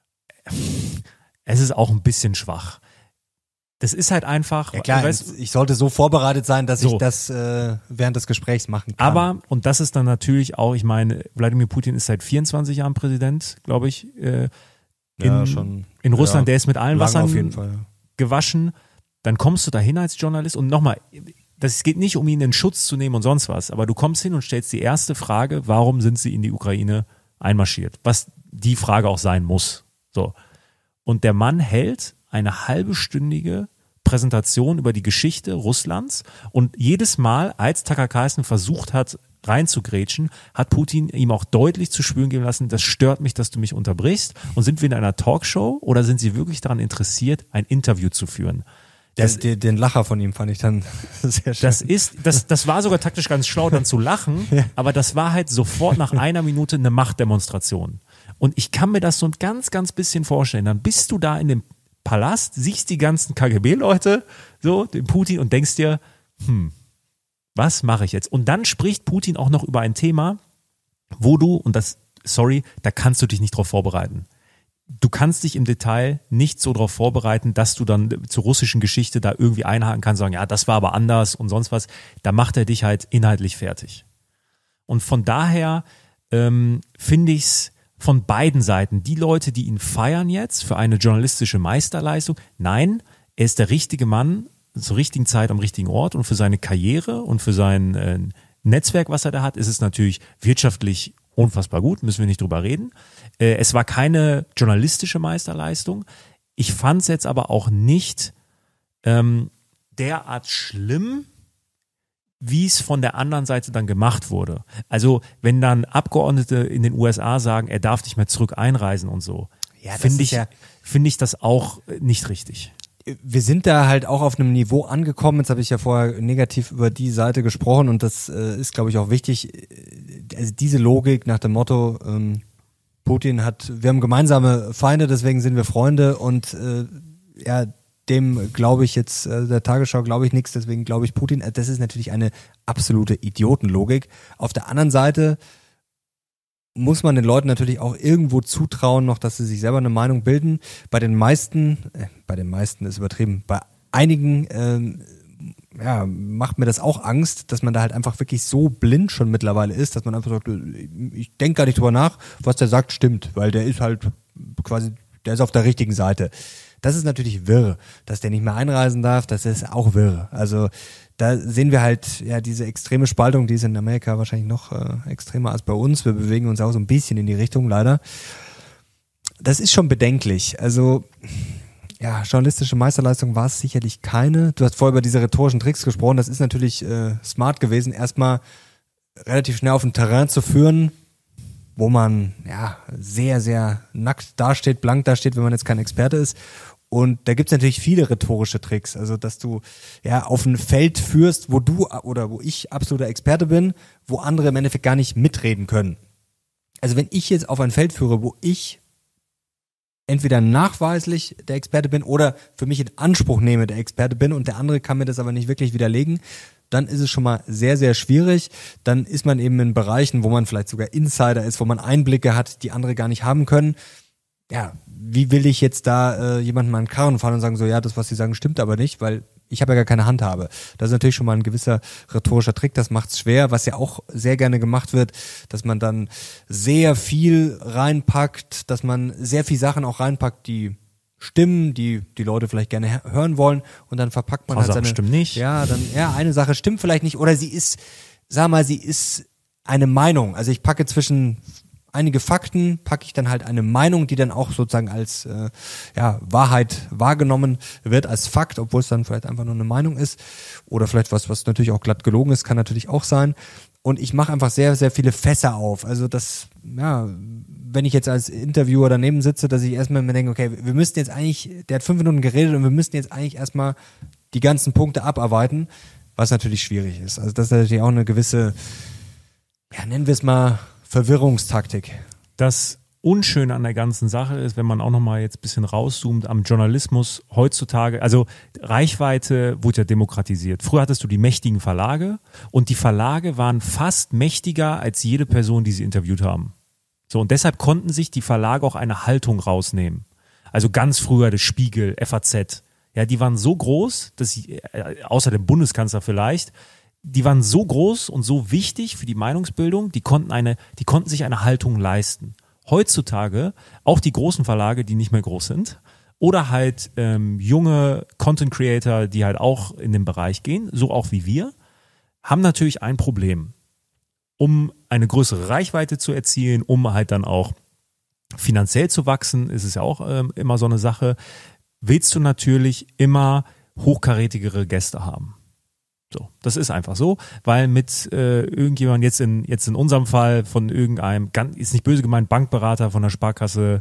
es ist auch ein bisschen schwach. Das ist halt einfach. Ja klar, weißt, ich sollte so vorbereitet sein, dass so. ich das äh, während des Gesprächs machen kann. Aber, und das ist dann natürlich auch, ich meine, Wladimir Putin ist seit vierundzwanzig Jahren Präsident, glaube ich, äh, in, ja, schon, in Russland, ja, der ist mit allen lange Wassern auf jeden Fall, ja. gewaschen. Dann kommst du da hin als Journalist und nochmal, es geht nicht um ihn in Schutz zu nehmen und sonst was, aber du kommst hin und stellst die erste Frage, warum sind sie in die Ukraine einmarschiert? Was die Frage auch sein muss. So. Und der Mann hält eine halbstündige Präsentation über die Geschichte Russlands und jedes Mal, als Tucker Carlson versucht hat, reinzugrätschen, hat Putin ihm auch deutlich zu spüren geben lassen, das stört mich, dass du mich unterbrichst. Und sind wir in einer Talkshow oder sind sie wirklich daran interessiert, ein Interview zu führen? Das, den, den Lacher von ihm fand ich dann sehr schön. Das ist, das, das war sogar taktisch ganz schlau, dann zu lachen, ja. Aber das war halt sofort nach einer Minute eine Machtdemonstration. Und ich kann mir das so ein ganz, ganz bisschen vorstellen. Dann bist du da in dem Palast, siehst die ganzen K G B-Leute, so, den Putin und denkst dir, hm, was mache ich jetzt? Und dann spricht Putin auch noch über ein Thema, wo du, und das, sorry, da kannst du dich nicht drauf vorbereiten. Du kannst dich im Detail nicht so darauf vorbereiten, dass du dann zur russischen Geschichte da irgendwie einhaken kannst, sagen, ja, das war aber anders und sonst was. Da macht er dich halt inhaltlich fertig. Und von daher ähm, finde ich es von beiden Seiten, die Leute, die ihn feiern jetzt für eine journalistische Meisterleistung, nein, er ist der richtige Mann zur richtigen Zeit am richtigen Ort und für seine Karriere und für sein äh, Netzwerk, was er da hat, ist es natürlich wirtschaftlich unfassbar gut, müssen wir nicht drüber reden. Äh, es war keine journalistische Meisterleistung. Ich fand es jetzt aber auch nicht ähm, derart schlimm, wie es von der anderen Seite dann gemacht wurde. Also wenn dann Abgeordnete in den U S A sagen, er darf nicht mehr zurück einreisen und so, ja, finde ich, ja, finde ich das auch nicht richtig. Wir sind da halt auch auf einem Niveau angekommen. Jetzt habe ich ja vorher negativ über die Seite gesprochen und das äh, ist, glaube ich, auch wichtig. Also diese Logik nach dem Motto, ähm, Putin hat, wir haben gemeinsame Feinde, deswegen sind wir Freunde und äh, ja, dem glaube ich jetzt, äh, der Tagesschau glaube ich nichts, deswegen glaube ich Putin. Das ist natürlich eine absolute Idiotenlogik. Auf der anderen Seite muss man den Leuten natürlich auch irgendwo zutrauen noch, dass sie sich selber eine Meinung bilden. Bei den meisten, äh, bei den meisten ist übertrieben, bei einigen ähm, ja, macht mir das auch Angst, dass man da halt einfach wirklich so blind schon mittlerweile ist, dass man einfach sagt, ich denke gar nicht drüber nach, was der sagt, stimmt, weil der ist halt quasi, der ist auf der richtigen Seite. Das ist natürlich wirr, dass der nicht mehr einreisen darf, das ist auch wirr. Also da sehen wir halt ja diese extreme Spaltung, die ist in Amerika wahrscheinlich noch äh, extremer als bei uns. Wir bewegen uns auch so ein bisschen in die Richtung, leider. Das ist schon bedenklich. Also ja, journalistische Meisterleistung war es sicherlich keine. Du hast vorher über diese rhetorischen Tricks gesprochen. Das ist natürlich äh, smart gewesen, erstmal relativ schnell auf ein Terrain zu führen, wo man ja sehr, sehr nackt dasteht, blank dasteht, wenn man jetzt kein Experte ist. Und da gibt's natürlich viele rhetorische Tricks, also dass du ja auf ein Feld führst, wo du oder wo ich absoluter Experte bin, wo andere im Endeffekt gar nicht mitreden können. Also wenn ich jetzt auf ein Feld führe, wo ich entweder nachweislich der Experte bin oder für mich in Anspruch nehme, der Experte bin und der andere kann mir das aber nicht wirklich widerlegen, dann ist es schon mal sehr, sehr schwierig. Dann ist man eben in Bereichen, wo man vielleicht sogar Insider ist, wo man Einblicke hat, die andere gar nicht haben können. Ja, wie will ich jetzt da äh, jemanden mal einen Karren fahren und sagen so, ja, das, was sie sagen, stimmt aber nicht, weil ich habe ja gar keine Handhabe. Das ist natürlich schon mal ein gewisser rhetorischer Trick, das macht's schwer, was ja auch sehr gerne gemacht wird, dass man dann sehr viel reinpackt, dass man sehr viel Sachen auch reinpackt, die stimmen, die die Leute vielleicht gerne hören wollen und dann verpackt man also halt seine... stimmt nicht. Ja, dann, ja, eine Sache stimmt vielleicht nicht oder sie ist, sag mal, sie ist eine Meinung. Also ich packe zwischen einige Fakten, packe ich dann halt eine Meinung, die dann auch sozusagen als äh, ja, Wahrheit wahrgenommen wird, als Fakt, obwohl es dann vielleicht einfach nur eine Meinung ist oder vielleicht was, was natürlich auch glatt gelogen ist, kann natürlich auch sein. Und ich mache einfach sehr, sehr viele Fässer auf. Also das, ja, wenn ich jetzt als Interviewer daneben sitze, dass ich erstmal mir denke, okay, wir müssten jetzt eigentlich, der hat fünf Minuten geredet und wir müssten jetzt eigentlich erstmal die ganzen Punkte abarbeiten, was natürlich schwierig ist. Also das ist natürlich auch eine gewisse, ja, nennen wir es mal Verwirrungstaktik. Das Unschöne an der ganzen Sache ist, wenn man auch nochmal jetzt ein bisschen rauszoomt am Journalismus heutzutage, also Reichweite wurde ja demokratisiert. Früher hattest du die mächtigen Verlage und die Verlage waren fast mächtiger als jede Person, die sie interviewt haben. So, und deshalb konnten sich die Verlage auch eine Haltung rausnehmen. Also ganz früher der Spiegel, F A Z, ja, die waren so groß, dass sie, äh, außer dem Bundeskanzler vielleicht, die waren so groß und so wichtig für die Meinungsbildung, die konnten eine, die konnten sich eine Haltung leisten. Heutzutage, auch die großen Verlage, die nicht mehr groß sind, oder halt ähm, junge Content Creator, die halt auch in den Bereich gehen, so auch wie wir, haben natürlich ein Problem. Um eine größere Reichweite zu erzielen, um halt dann auch finanziell zu wachsen, ist es ja auch ähm, immer so eine Sache, willst du natürlich immer hochkarätigere Gäste haben. So, das ist einfach so, weil mit äh, irgendjemand jetzt in jetzt in unserem Fall von irgendeinem, ganz, ist nicht böse gemeint, Bankberater von der Sparkasse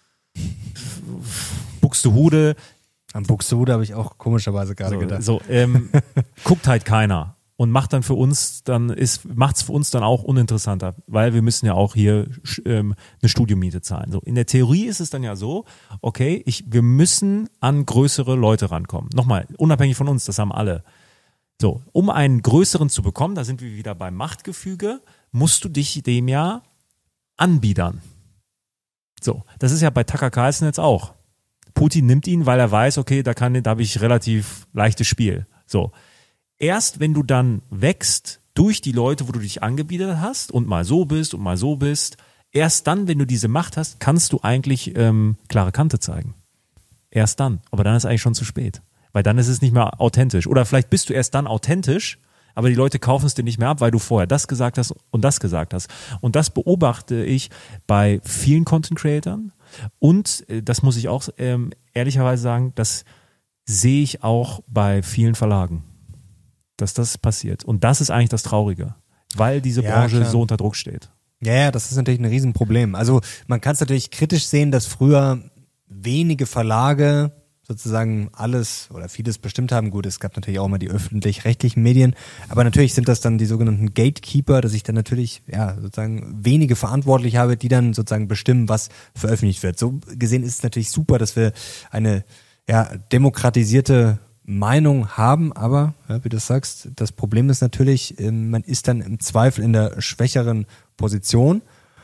Buxtehude. An Buxtehude habe ich auch komischerweise gerade so, gedacht. So, ähm, guckt halt keiner und macht dann für uns, dann ist, macht's für uns dann auch uninteressanter, weil wir müssen ja auch hier ähm, eine Studiomiete zahlen. So, in der Theorie ist es dann ja so, okay, ich, wir müssen an größere Leute rankommen. Nochmal, unabhängig von uns, das haben alle. So, um einen größeren zu bekommen, da sind wir wieder beim Machtgefüge, musst du dich dem ja anbiedern. So, das ist ja bei Tucker Carlson jetzt auch. Putin nimmt ihn, weil er weiß, okay, da kann, da habe ich relativ leichtes Spiel. So, erst wenn du dann wächst durch die Leute, wo du dich angebietet hast und mal so bist und mal so bist, erst dann, wenn du diese Macht hast, kannst du eigentlich ähm, klare Kante zeigen. Erst dann, aber dann ist eigentlich schon zu spät. Weil dann ist es nicht mehr authentisch. Oder vielleicht bist du erst dann authentisch, aber die Leute kaufen es dir nicht mehr ab, weil du vorher das gesagt hast und das gesagt hast. Und das beobachte ich bei vielen Content-Creatern. Und äh, das muss ich auch ähm, ehrlicherweise sagen, das sehe ich auch bei vielen Verlagen, dass das passiert. Und das ist eigentlich das Traurige, weil diese Ja, Branche klar. so unter Druck steht. Ja, ja, das ist natürlich ein Riesenproblem. Also man kann es natürlich kritisch sehen, dass früher wenige Verlage sozusagen alles oder vieles bestimmt haben. Gut, es gab natürlich auch immer die öffentlich-rechtlichen Medien, aber natürlich sind das dann die sogenannten Gatekeeper, dass ich dann natürlich ja sozusagen wenige verantwortlich habe, die dann sozusagen bestimmen, was veröffentlicht wird. So gesehen ist es natürlich super, dass wir eine ja demokratisierte Meinung haben, aber ja, wie du sagst, das Problem ist natürlich, man ist dann im Zweifel in der schwächeren Position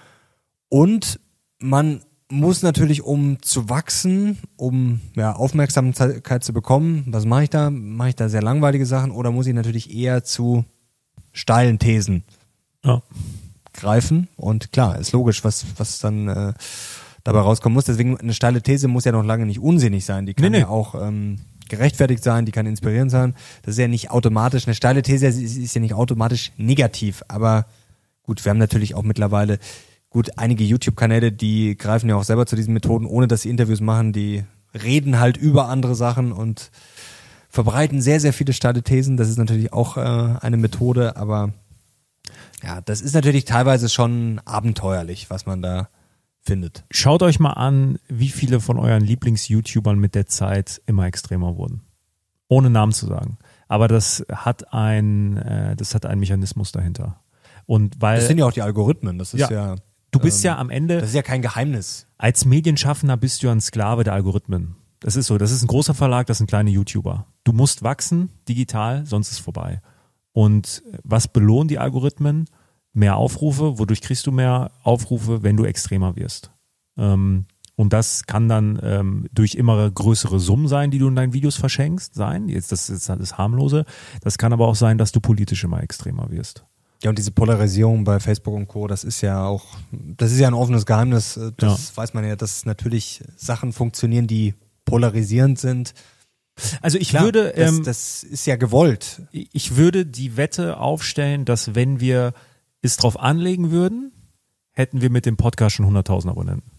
und man muss natürlich, um zu wachsen, um ja, Aufmerksamkeit zu bekommen, was mache ich da? Mache ich da sehr langweilige Sachen oder muss ich natürlich eher zu steilen Thesen ja. greifen? Und klar, ist logisch, was, was dann äh, dabei rauskommen muss. Deswegen, eine steile These muss ja noch lange nicht unsinnig sein. Die kann nee, nee. ja auch ähm, gerechtfertigt sein, die kann inspirierend sein. Das ist ja nicht automatisch, eine steile These ist, ist ja nicht automatisch negativ. Aber gut, wir haben natürlich auch mittlerweile Gut, einige YouTube-Kanäle, die greifen ja auch selber zu diesen Methoden, ohne dass sie Interviews machen, die reden halt über andere Sachen und verbreiten sehr, sehr viele steile Thesen. Das ist natürlich auch äh, eine Methode, aber ja, das ist natürlich teilweise schon abenteuerlich, was man da findet. Schaut euch mal an, wie viele von euren Lieblings-YouTubern mit der Zeit immer extremer wurden. Ohne Namen zu sagen. Aber das hat ein, äh, das hat einen Mechanismus dahinter. Und weil, das sind ja auch die Algorithmen, das ist ja, ja Du bist ähm, ja am Ende, das ist ja kein Geheimnis. Als Medienschaffender bist du ein Sklave der Algorithmen. Das ist so, das ist ein großer Verlag, das sind kleine YouTuber. Du musst wachsen, digital, sonst ist vorbei. Und was belohnen die Algorithmen? Mehr Aufrufe, wodurch kriegst du mehr Aufrufe, wenn du extremer wirst. Ähm, und das kann dann ähm, durch immer größere Summen sein, die du in deinen Videos verschenkst, sein. Jetzt, das ist das Harmlose. Das kann aber auch sein, dass du politisch immer extremer wirst. Ja, und diese Polarisierung bei Facebook und Co., das ist ja auch, das ist ja ein offenes Geheimnis. Das ja. weiß man ja, dass natürlich Sachen funktionieren, die polarisierend sind. Also ich Klar, würde, das, ähm, das ist ja gewollt. Ich würde die Wette aufstellen, dass wenn wir es drauf anlegen würden, hätten wir mit dem Podcast schon hunderttausend Abonnenten.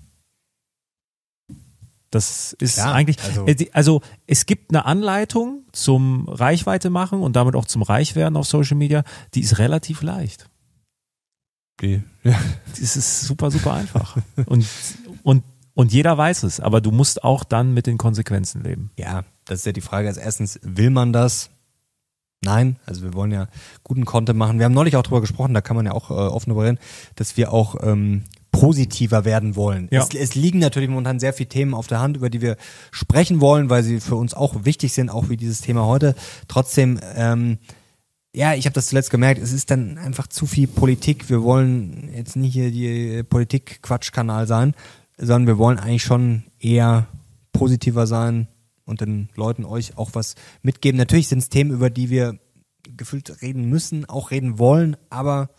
Das ist ja, eigentlich, also, also es gibt eine Anleitung zum Reichweite machen und damit auch zum Reichwerden auf Social Media, die ist relativ leicht. Die, ja. Das ist super, super einfach. und, und, und jeder weiß es, aber du musst auch dann mit den Konsequenzen leben. Ja, das ist ja die Frage. Als erstens, will man das? Nein, also wir wollen ja guten Content machen. Wir haben neulich auch drüber gesprochen, da kann man ja auch äh, offen drüber reden, dass wir auch ähm, positiver werden wollen. Ja. Es, es liegen natürlich momentan sehr viele Themen auf der Hand, über die wir sprechen wollen, weil sie für uns auch wichtig sind, auch wie dieses Thema heute. Trotzdem, ähm, ja, ich habe das zuletzt gemerkt, es ist dann einfach zu viel Politik. Wir wollen jetzt nicht hier die Politik-Quatsch-Kanal sein, sondern wir wollen eigentlich schon eher positiver sein und den Leuten, euch auch was mitgeben. Natürlich sind es Themen, über die wir gefühlt reden müssen, auch reden wollen, aber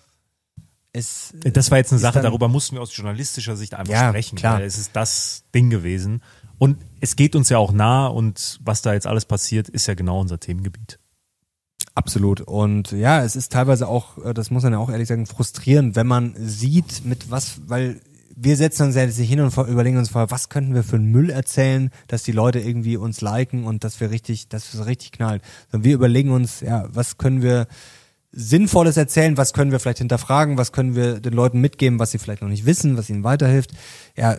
es Das war jetzt eine ist Sache, dann, darüber mussten wir aus journalistischer Sicht einfach Ja, sprechen, klar. weil es ist das Ding gewesen. Und es geht uns ja auch nah und was da jetzt alles passiert, ist ja genau unser Themengebiet. Absolut. Und ja, es ist teilweise auch, äh, das muss man ja auch ehrlich sagen, frustrierend, wenn man sieht, mit was, weil wir setzen uns ja jetzt hin und vor, überlegen uns vor, was könnten wir für einen Müll erzählen, dass die Leute irgendwie uns liken und dass wir richtig, dass es richtig knallt. Sondern wir überlegen uns, ja, was können wir Sinnvolles erzählen, was können wir vielleicht hinterfragen, was können wir den Leuten mitgeben, was sie vielleicht noch nicht wissen, was ihnen weiterhilft. Ja,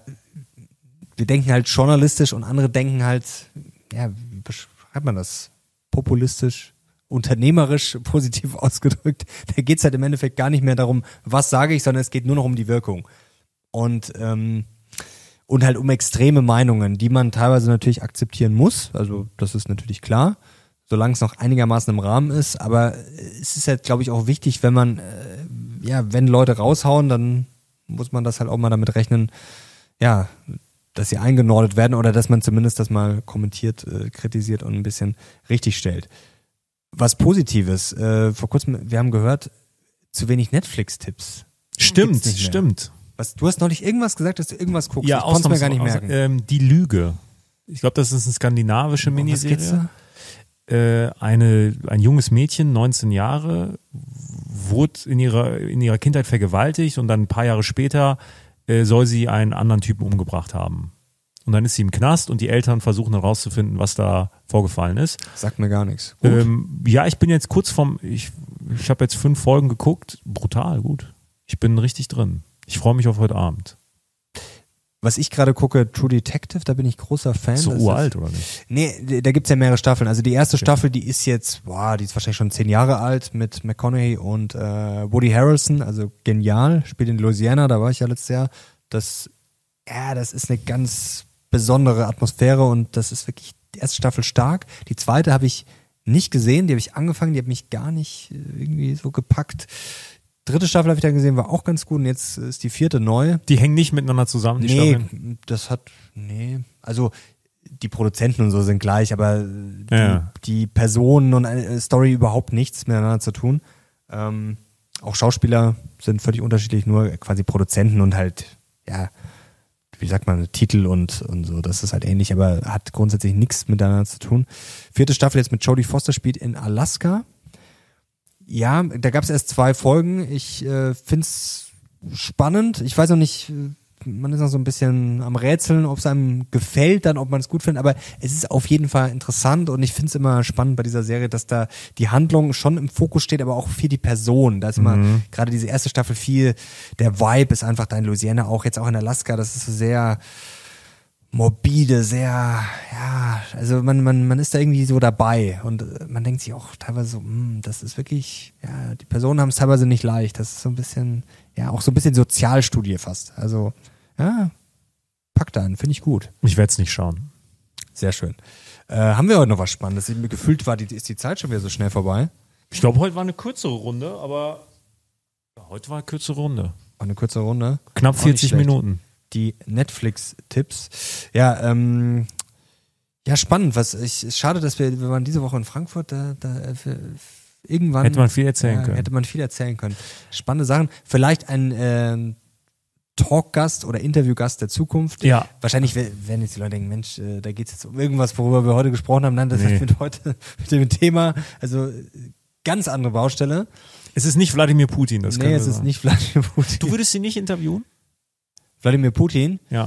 wir denken halt journalistisch und andere denken halt, ja, wie beschreibt man das? Populistisch, unternehmerisch, positiv ausgedrückt. Da geht's halt im Endeffekt gar nicht mehr darum, was sage ich, sondern es geht nur noch um die Wirkung. Und ähm, und halt um extreme Meinungen, die man teilweise natürlich akzeptieren muss. Also das ist natürlich klar, solange es noch einigermaßen im Rahmen ist. Aber es ist halt, glaube ich, auch wichtig, wenn man, äh, ja, wenn Leute raushauen, dann muss man das halt auch mal damit rechnen, ja, dass sie eingenordet werden oder dass man zumindest das mal kommentiert, äh, kritisiert und ein bisschen richtig stellt. Was Positives, äh, vor kurzem, wir haben gehört, zu wenig Netflix-Tipps. Stimmt, Gibt's nicht mehr. stimmt. Was, du hast neulich irgendwas gesagt, dass du irgendwas guckst. Ja, ich konnte es mir gar nicht ausnahms- merken. Ähm, die Lüge. Ich glaube, das ist eine skandinavische Um was geht's Miniserie. da? Äh, eine, ein junges Mädchen, neunzehn Jahre, wurde in ihrer, in ihrer Kindheit vergewaltigt und dann ein paar Jahre später äh, soll sie einen anderen Typen umgebracht haben. Und dann ist sie im Knast und die Eltern versuchen herauszufinden, was da vorgefallen ist. Sagt mir gar nichts. Gut. Ähm, ja, ich bin jetzt kurz vom, ich, ich habe jetzt fünf Folgen geguckt. Brutal, gut. Ich bin richtig drin. Ich freue mich auf heute Abend. Was ich gerade gucke, True Detective, da bin ich großer Fan. So Das uralt, ist, oder nicht? Nee, da gibt's ja mehrere Staffeln. Also die erste Staffel, die ist jetzt, boah, die ist wahrscheinlich schon zehn Jahre alt mit McConaughey und äh, Woody Harrelson, also genial, spielt in Louisiana, da war ich ja letztes Jahr. Das, ja, das ist eine ganz besondere Atmosphäre und das ist wirklich die erste Staffel stark. Die zweite habe ich nicht gesehen, die habe ich angefangen, die hat mich gar nicht irgendwie so gepackt. Dritte Staffel habe ich dann gesehen, war auch ganz gut und jetzt ist die vierte neu. Die hängen nicht miteinander zusammen, die Nee, Staffeln? das hat, nee, also die Produzenten und so sind gleich, aber die, Ja. die Personen und eine Story überhaupt nichts miteinander zu tun. Ähm, auch Schauspieler sind völlig unterschiedlich, nur quasi Produzenten und halt, ja, wie sagt man, Titel und, und so, das ist halt ähnlich, aber hat grundsätzlich nichts miteinander zu tun. Vierte Staffel jetzt mit Jodie Foster, spielt in Alaska. Ja, da gab es erst zwei Folgen. Ich äh, find's spannend. Ich weiß noch nicht, äh, man ist noch so ein bisschen am Rätseln, ob es einem gefällt, dann ob man es gut findet, aber es ist auf jeden Fall interessant und ich finde es immer spannend bei dieser Serie, dass da die Handlung schon im Fokus steht, aber auch viel die Person. Da ist immer Mhm. gerade diese erste Staffel viel, der Vibe ist einfach da in Louisiana, auch jetzt auch in Alaska, das ist so sehr morbide, sehr, ja, also man, man, man ist da irgendwie so dabei und äh, man denkt sich auch teilweise so, hm, das ist wirklich, ja, die Personen haben es teilweise nicht leicht, das ist so ein bisschen, ja, auch so ein bisschen Sozialstudie fast, also, ja, packt an, finde ich gut. Ich werde es nicht schauen. Sehr schön. Äh, haben wir heute noch was Spannendes? Mir gefühlt war die, ist die Zeit schon wieder so schnell vorbei. Ich glaube, heute war eine kürzere Runde, aber ja, heute war eine kürzere Runde. War eine kurze Runde. Knapp Auch nicht vierzig schlecht. Minuten. Die Netflix-Tipps. Ja, ähm, ja, spannend. Was ich, ist schade, dass wir, wir waren diese Woche in Frankfurt, da, da äh, für, irgendwann Hätte man viel erzählen ja, können. Hätte man viel erzählen können. Spannende Sachen. Vielleicht ein äh, Talkgast oder Interviewgast der Zukunft. Ja. Wahrscheinlich we- werden jetzt die Leute denken, Mensch, äh, da geht es jetzt um irgendwas, worüber wir heute gesprochen haben. Nein, das Nee. hat mit heute mit dem Thema, also äh, ganz andere Baustelle. Es ist nicht Wladimir Putin, das nee, können wir es ist sagen. nicht Wladimir Putin. Du würdest ihn nicht interviewen? Wladimir Putin. Ja.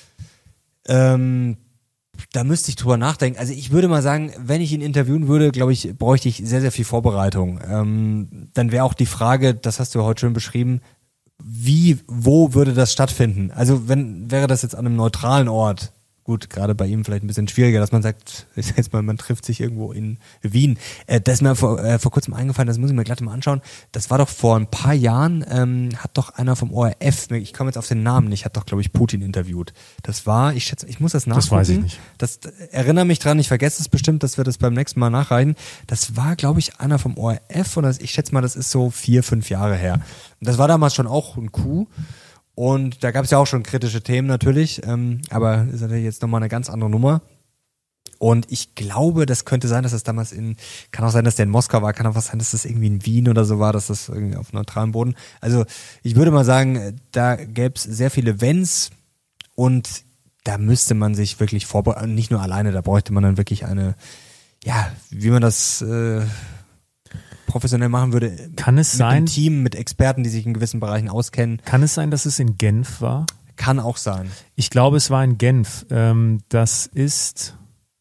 Ähm, da müsste ich drüber nachdenken. Also ich würde mal sagen, wenn ich ihn interviewen würde, glaube ich, bräuchte ich sehr, sehr viel Vorbereitung. Ähm, dann wäre auch die Frage, das hast du heute schön beschrieben, wie, wo würde das stattfinden? Also wenn, wäre das jetzt an einem neutralen Ort, gut, gerade bei ihm vielleicht ein bisschen schwieriger, dass man sagt, ich sag jetzt mal, man trifft sich irgendwo in Wien. Äh, das ist mir vor, äh, vor kurzem eingefallen, das muss ich mir gleich mal anschauen. Das war doch vor ein paar Jahren, ähm, hat doch einer vom O R F, ich komme jetzt auf den Namen nicht, hat doch, glaube ich, Putin interviewt. Das war, ich schätze, ich muss das nachgucken. Das weiß ich nicht. Das erinnere mich dran, ich vergesse es bestimmt, dass wir das beim nächsten Mal nachreichen. Das war, glaube ich, einer vom O R F und das, ich schätze mal, das ist so vier, fünf Jahre her. Und das war damals schon auch ein Coup. Und da gab es ja auch schon kritische Themen natürlich, ähm, aber ist natürlich jetzt nochmal eine ganz andere Nummer. Und ich glaube, das könnte sein, dass das damals in, kann auch sein, dass der in Moskau war, kann auch was sein, dass das irgendwie in Wien oder so war, dass das irgendwie auf neutralem Boden. Also ich würde mal sagen, da gäbe es sehr viele Wenns und da müsste man sich wirklich vorbereiten, nicht nur alleine, da bräuchte man dann wirklich eine, ja, wie man das äh, professionell machen würde. Kann es mit sein? einem Team, mit Experten, die sich in gewissen Bereichen auskennen. Kann es sein, dass es in Genf war? Kann auch sein. Ich glaube, es war in Genf. Ähm, das ist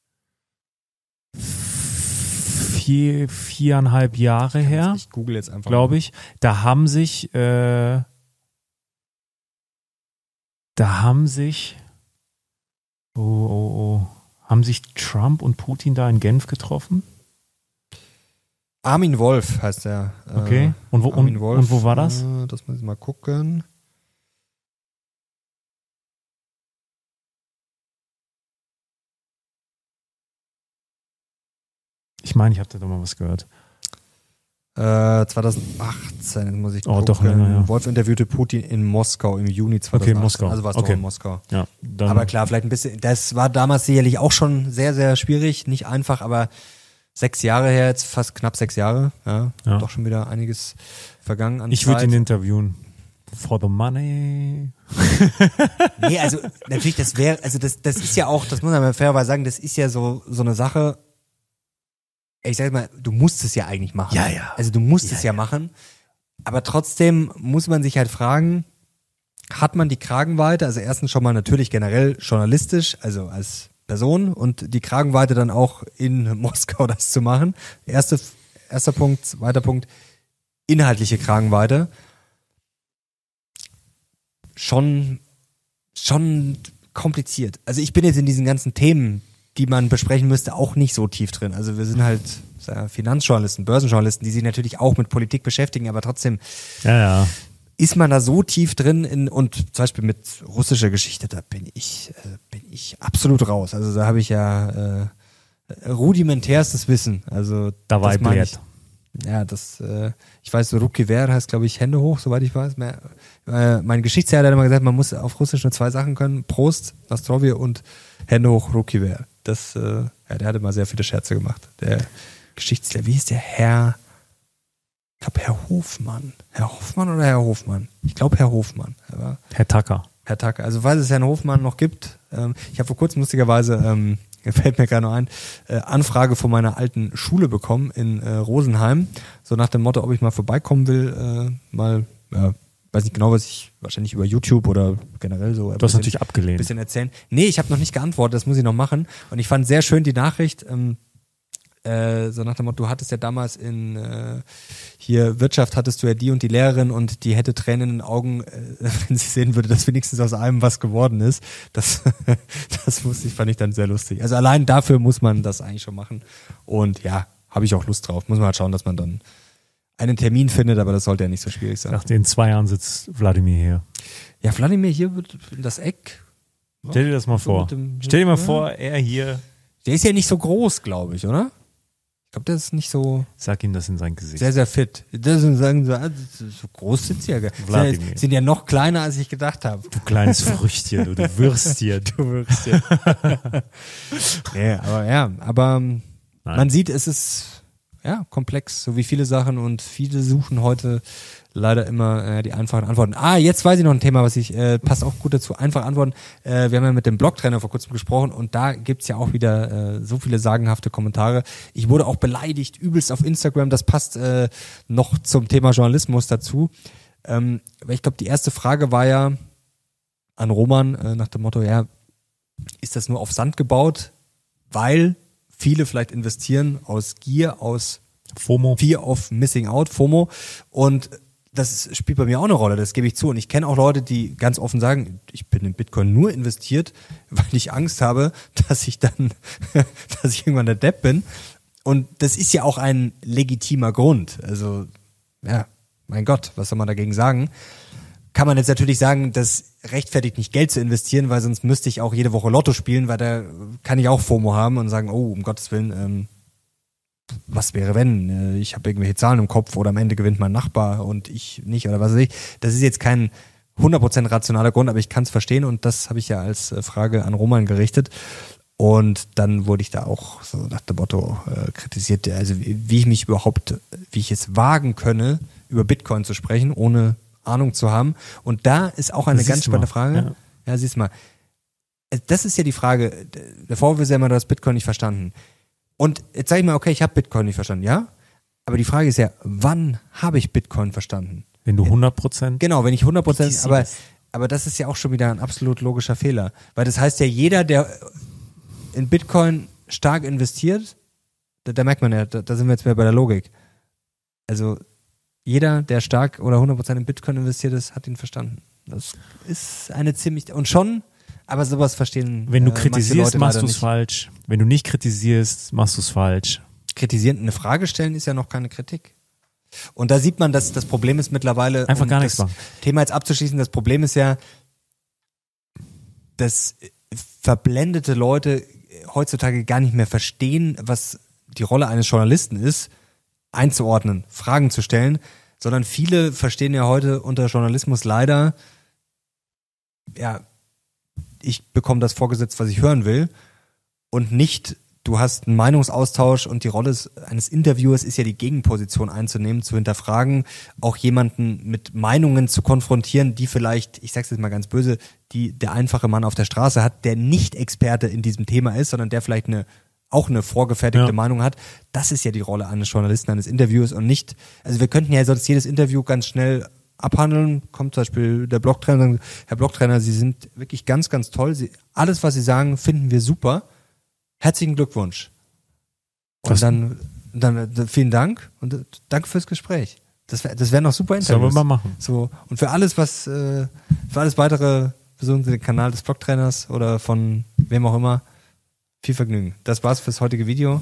vier, viereinhalb Jahre her, Ich google jetzt einfach. glaube ich. Da haben sich, äh, da haben sich, oh, oh, oh, haben sich Trump und Putin da in Genf getroffen? Armin Wolf heißt der. Äh, Okay. Und wo, Armin und, Wolf, und wo war das? Äh, das muss ich mal gucken. Ich meine, ich habe da doch mal was gehört. Äh, zweitausendachtzehn, jetzt muss ich Oh, gucken. doch länger, ja. Wolf interviewte Putin in Moskau im Juni zweitausendachtzehn. Okay, Moskau. Also war es Okay. doch in Moskau. Ja, dann, Aber klar, vielleicht ein bisschen, das war damals sicherlich auch schon sehr, sehr schwierig, nicht einfach, aber sechs Jahre her, jetzt fast knapp sechs Jahre, ja, Ja. doch schon wieder einiges vergangen an ich würde Zeit. ihn interviewen. For the money. Nee, also natürlich, das wäre, also das, das ist ja auch, das muss man mal fairerweise sagen, das ist ja so, so eine Sache, ich sag mal, du musst es ja eigentlich machen. Ja, ja. Also du musst Ja, es ja, ja. machen, aber trotzdem muss man sich halt fragen, hat man die Kragenweite, also erstens schon mal natürlich generell journalistisch, also als Person und die Kragenweite dann auch in Moskau das zu machen. Erste, erster Punkt, zweiter Punkt, inhaltliche Kragenweite. Schon, schon kompliziert. Also ich bin jetzt in diesen ganzen Themen, die man besprechen müsste, auch nicht so tief drin. Also wir sind halt sagen wir, Finanzjournalisten, Börsenjournalisten, die sich natürlich auch mit Politik beschäftigen, aber trotzdem Ja, ja. ist man da so tief drin in, und zum Beispiel mit russischer Geschichte, da bin ich, äh, bin ich absolut raus. Also da habe ich ja äh, rudimentärstes Wissen. Also Da war das ich meine blöd. Ja, das, äh, ich weiß, so Ruki Ver heißt, glaube ich, Hände hoch, soweit ich weiß. Mehr, äh, mein Geschichtslehrer hat immer gesagt, man muss auf Russisch nur zwei Sachen können. Prost, Nastrovje und Hände hoch, Ruki Ver. Das, äh, ja, der hat immer sehr viele Scherze gemacht. Der Geschichtslehrer, wie hieß der? Herr, ich glaube, Herr Hofmann. Herr Hofmann oder Herr Hofmann? Ich glaube, Herr Hofmann. Aber Herr Tucker. Herr Tucker. Also, falls es Herrn Hofmann noch gibt, ähm, ich habe vor kurzem lustigerweise, ähm, fällt mir gerade noch ein, äh, Anfrage von meiner alten Schule bekommen in äh, Rosenheim. So nach dem Motto, ob ich mal vorbeikommen will, äh, mal, ja, weiß nicht genau, was ich, wahrscheinlich über YouTube oder generell so. Du hast natürlich abgelehnt. bisschen erzählen. Nee, ich habe noch nicht geantwortet, das muss ich noch machen. Und ich fand sehr schön die Nachricht, ähm, äh, so nach dem Motto, du hattest ja damals in äh, hier Wirtschaft hattest du ja die und die Lehrerin und die hätte Tränen in den Augen, äh, wenn sie sehen würde, dass wenigstens aus einem was geworden ist. Das, das wusste ich, fand ich dann sehr lustig. Also allein dafür muss man das eigentlich schon machen. Und ja, habe ich auch Lust drauf. Muss man halt schauen, dass man dann einen Termin findet, aber das sollte ja nicht so schwierig sein. Nach den zwei Jahren sitzt Wladimir hier. Ja, Wladimir hier wird in das Eck. Ja, Stell dir das mal so vor. mit dem- Stell dir mal ja. vor, er hier. Der ist ja nicht so groß, glaube ich, oder? Ich glaube, der ist nicht so Sag ihm das in sein Gesicht. sehr, sehr fit. Das sind, sagen so, ah, so groß sind sie ja gar nicht. Wladimir. Sind ja noch kleiner, als ich gedacht habe. Du kleines Früchtchen, du, du Würstchen. Du wirkst ja. Nee, aber ja, aber ähm, Nein. man sieht, es ist ja komplex, so wie viele Sachen und viele suchen heute leider immer äh, die einfachen Antworten. Ah, jetzt weiß ich noch ein Thema, was ich, äh, passt auch gut dazu, einfache Antworten. Äh, wir haben ja mit dem Blogtrainer vor kurzem gesprochen und da gibt's ja auch wieder äh, so viele sagenhafte Kommentare. Ich wurde auch beleidigt, übelst auf Instagram, das passt äh, noch zum Thema Journalismus dazu. Ähm, weil ich glaube, die erste Frage war ja an Roman äh, nach dem Motto, ja, ist das nur auf Sand gebaut, weil viele vielleicht investieren aus Gier, aus FOMO. Fear of Missing Out, FOMO. Und das spielt bei mir auch eine Rolle, das gebe ich zu. Und ich kenne auch Leute, die ganz offen sagen, ich bin in Bitcoin nur investiert, weil ich Angst habe, dass ich dann, dass ich irgendwann der Depp bin. Und das ist ja auch ein legitimer Grund. Also, ja, mein Gott, was soll man dagegen sagen? Kann man jetzt natürlich sagen, das rechtfertigt nicht, Geld zu investieren, weil sonst müsste ich auch jede Woche Lotto spielen, weil da kann ich auch FOMO haben und sagen, oh, um Gottes Willen, ähm, was wäre wenn? Ich habe irgendwelche Zahlen im Kopf oder am Ende gewinnt mein Nachbar und ich nicht oder was weiß ich. Das ist jetzt kein hundert Prozent rationaler Grund, aber ich kann es verstehen und das habe ich ja als Frage an Roman gerichtet. Und dann wurde ich da auch so nach dem Motto äh, kritisiert, also wie, wie ich mich überhaupt, wie ich es wagen könne, über Bitcoin zu sprechen, ohne Ahnung zu haben. Und da ist auch eine das ganz spannende mal. Frage. Ja. ja, siehst mal. Das ist ja die Frage, der Vorwurf ist ja immer, du hast Bitcoin nicht verstanden. Und jetzt sage ich mal, okay, ich habe Bitcoin nicht verstanden, ja? Aber die Frage ist ja, wann habe ich Bitcoin verstanden? Wenn du hundert Prozent... Genau, wenn ich hundert Prozent, aber, aber das ist ja auch schon wieder ein absolut logischer Fehler. Weil das heißt ja, jeder, der in Bitcoin stark investiert, da, da merkt man ja, da, da sind wir jetzt wieder bei der Logik. Also jeder, der stark oder hundert Prozent in Bitcoin investiert ist, hat ihn verstanden. Das ist eine ziemlich, und schon, aber sowas verstehen Wenn du äh, kritisierst, machst du es nicht. falsch. Wenn du nicht kritisierst, machst du es falsch. Kritisieren, eine Frage stellen ist ja noch keine Kritik. Und da sieht man, dass das Problem ist mittlerweile, Einfach um gar nichts das machen. Thema jetzt abzuschließen, das Problem ist ja, dass verblendete Leute heutzutage gar nicht mehr verstehen, was die Rolle eines Journalisten ist, einzuordnen, Fragen zu stellen, sondern viele verstehen ja heute unter Journalismus leider, ja, ich bekomme das vorgesetzt, was ich hören will und nicht, du hast einen Meinungsaustausch und die Rolle eines Interviewers ist ja die Gegenposition einzunehmen, zu hinterfragen, auch jemanden mit Meinungen zu konfrontieren, die vielleicht, ich sag's jetzt mal ganz böse, die der einfache Mann auf der Straße hat, der nicht Experte in diesem Thema ist, sondern der vielleicht eine auch eine vorgefertigte ja. Meinung hat. Das ist ja die Rolle eines Journalisten, eines Interviewers und nicht, also wir könnten ja sonst jedes Interview ganz schnell abhandeln, kommt zum Beispiel der Blocktrainer und sagt, Herr Blocktrainer, Sie sind wirklich ganz, ganz toll, Sie, alles, was Sie sagen, finden wir super. Herzlichen Glückwunsch. Und das dann, dann vielen Dank und danke fürs Gespräch. Das, wär, das wären noch super Interviews. Sollen wir mal machen. So, und für alles, was, äh, für alles weitere, besuchen Sie den Kanal des Blocktrainers oder von wem auch immer. Viel Vergnügen. Das war's fürs heutige Video.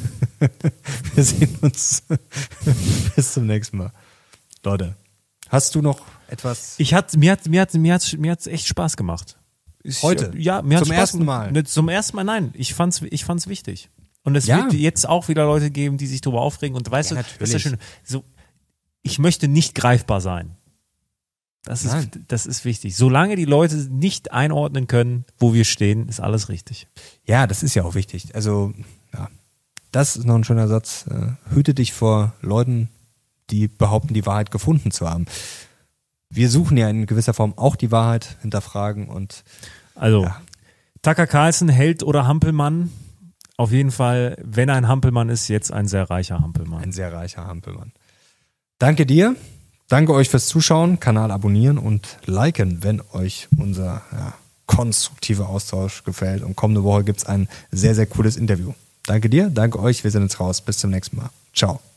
Wir sehen uns bis zum nächsten Mal. Leute, hast du noch etwas? Ich hat, mir hat, mir hat, mir hat, mir hat's echt Spaß gemacht. Ich, Heute? Ja, mir hat's Zum Spaß ersten gemacht. Mal? Ne, zum ersten Mal, nein. Ich fand's, ich fand's wichtig. Und es Ja. wird jetzt auch wieder Leute geben, die sich darüber aufregen. Und weißt Ja, du, das ist ja natürlich. schön. So, ich möchte nicht greifbar sein. Das ist, Nein. das ist wichtig. Solange die Leute nicht einordnen können, wo wir stehen, ist alles richtig. Ja, das ist ja auch wichtig. Also, ja, das ist noch ein schöner Satz. Äh, Hüte dich vor Leuten, die behaupten, die Wahrheit gefunden zu haben. Wir suchen ja in gewisser Form auch die Wahrheit, hinterfragen und Also, ja. Tucker Carlson, Held oder Hampelmann? Auf jeden Fall, wenn er ein Hampelmann ist, jetzt ein sehr reicher Hampelmann. ein sehr reicher Hampelmann. Danke dir. Danke euch fürs Zuschauen, Kanal abonnieren und liken, wenn euch unser ja, konstruktiver Austausch gefällt. Und kommende Woche gibt's ein sehr, sehr cooles Interview. Danke dir, danke euch, wir sind jetzt raus. Bis zum nächsten Mal. Ciao.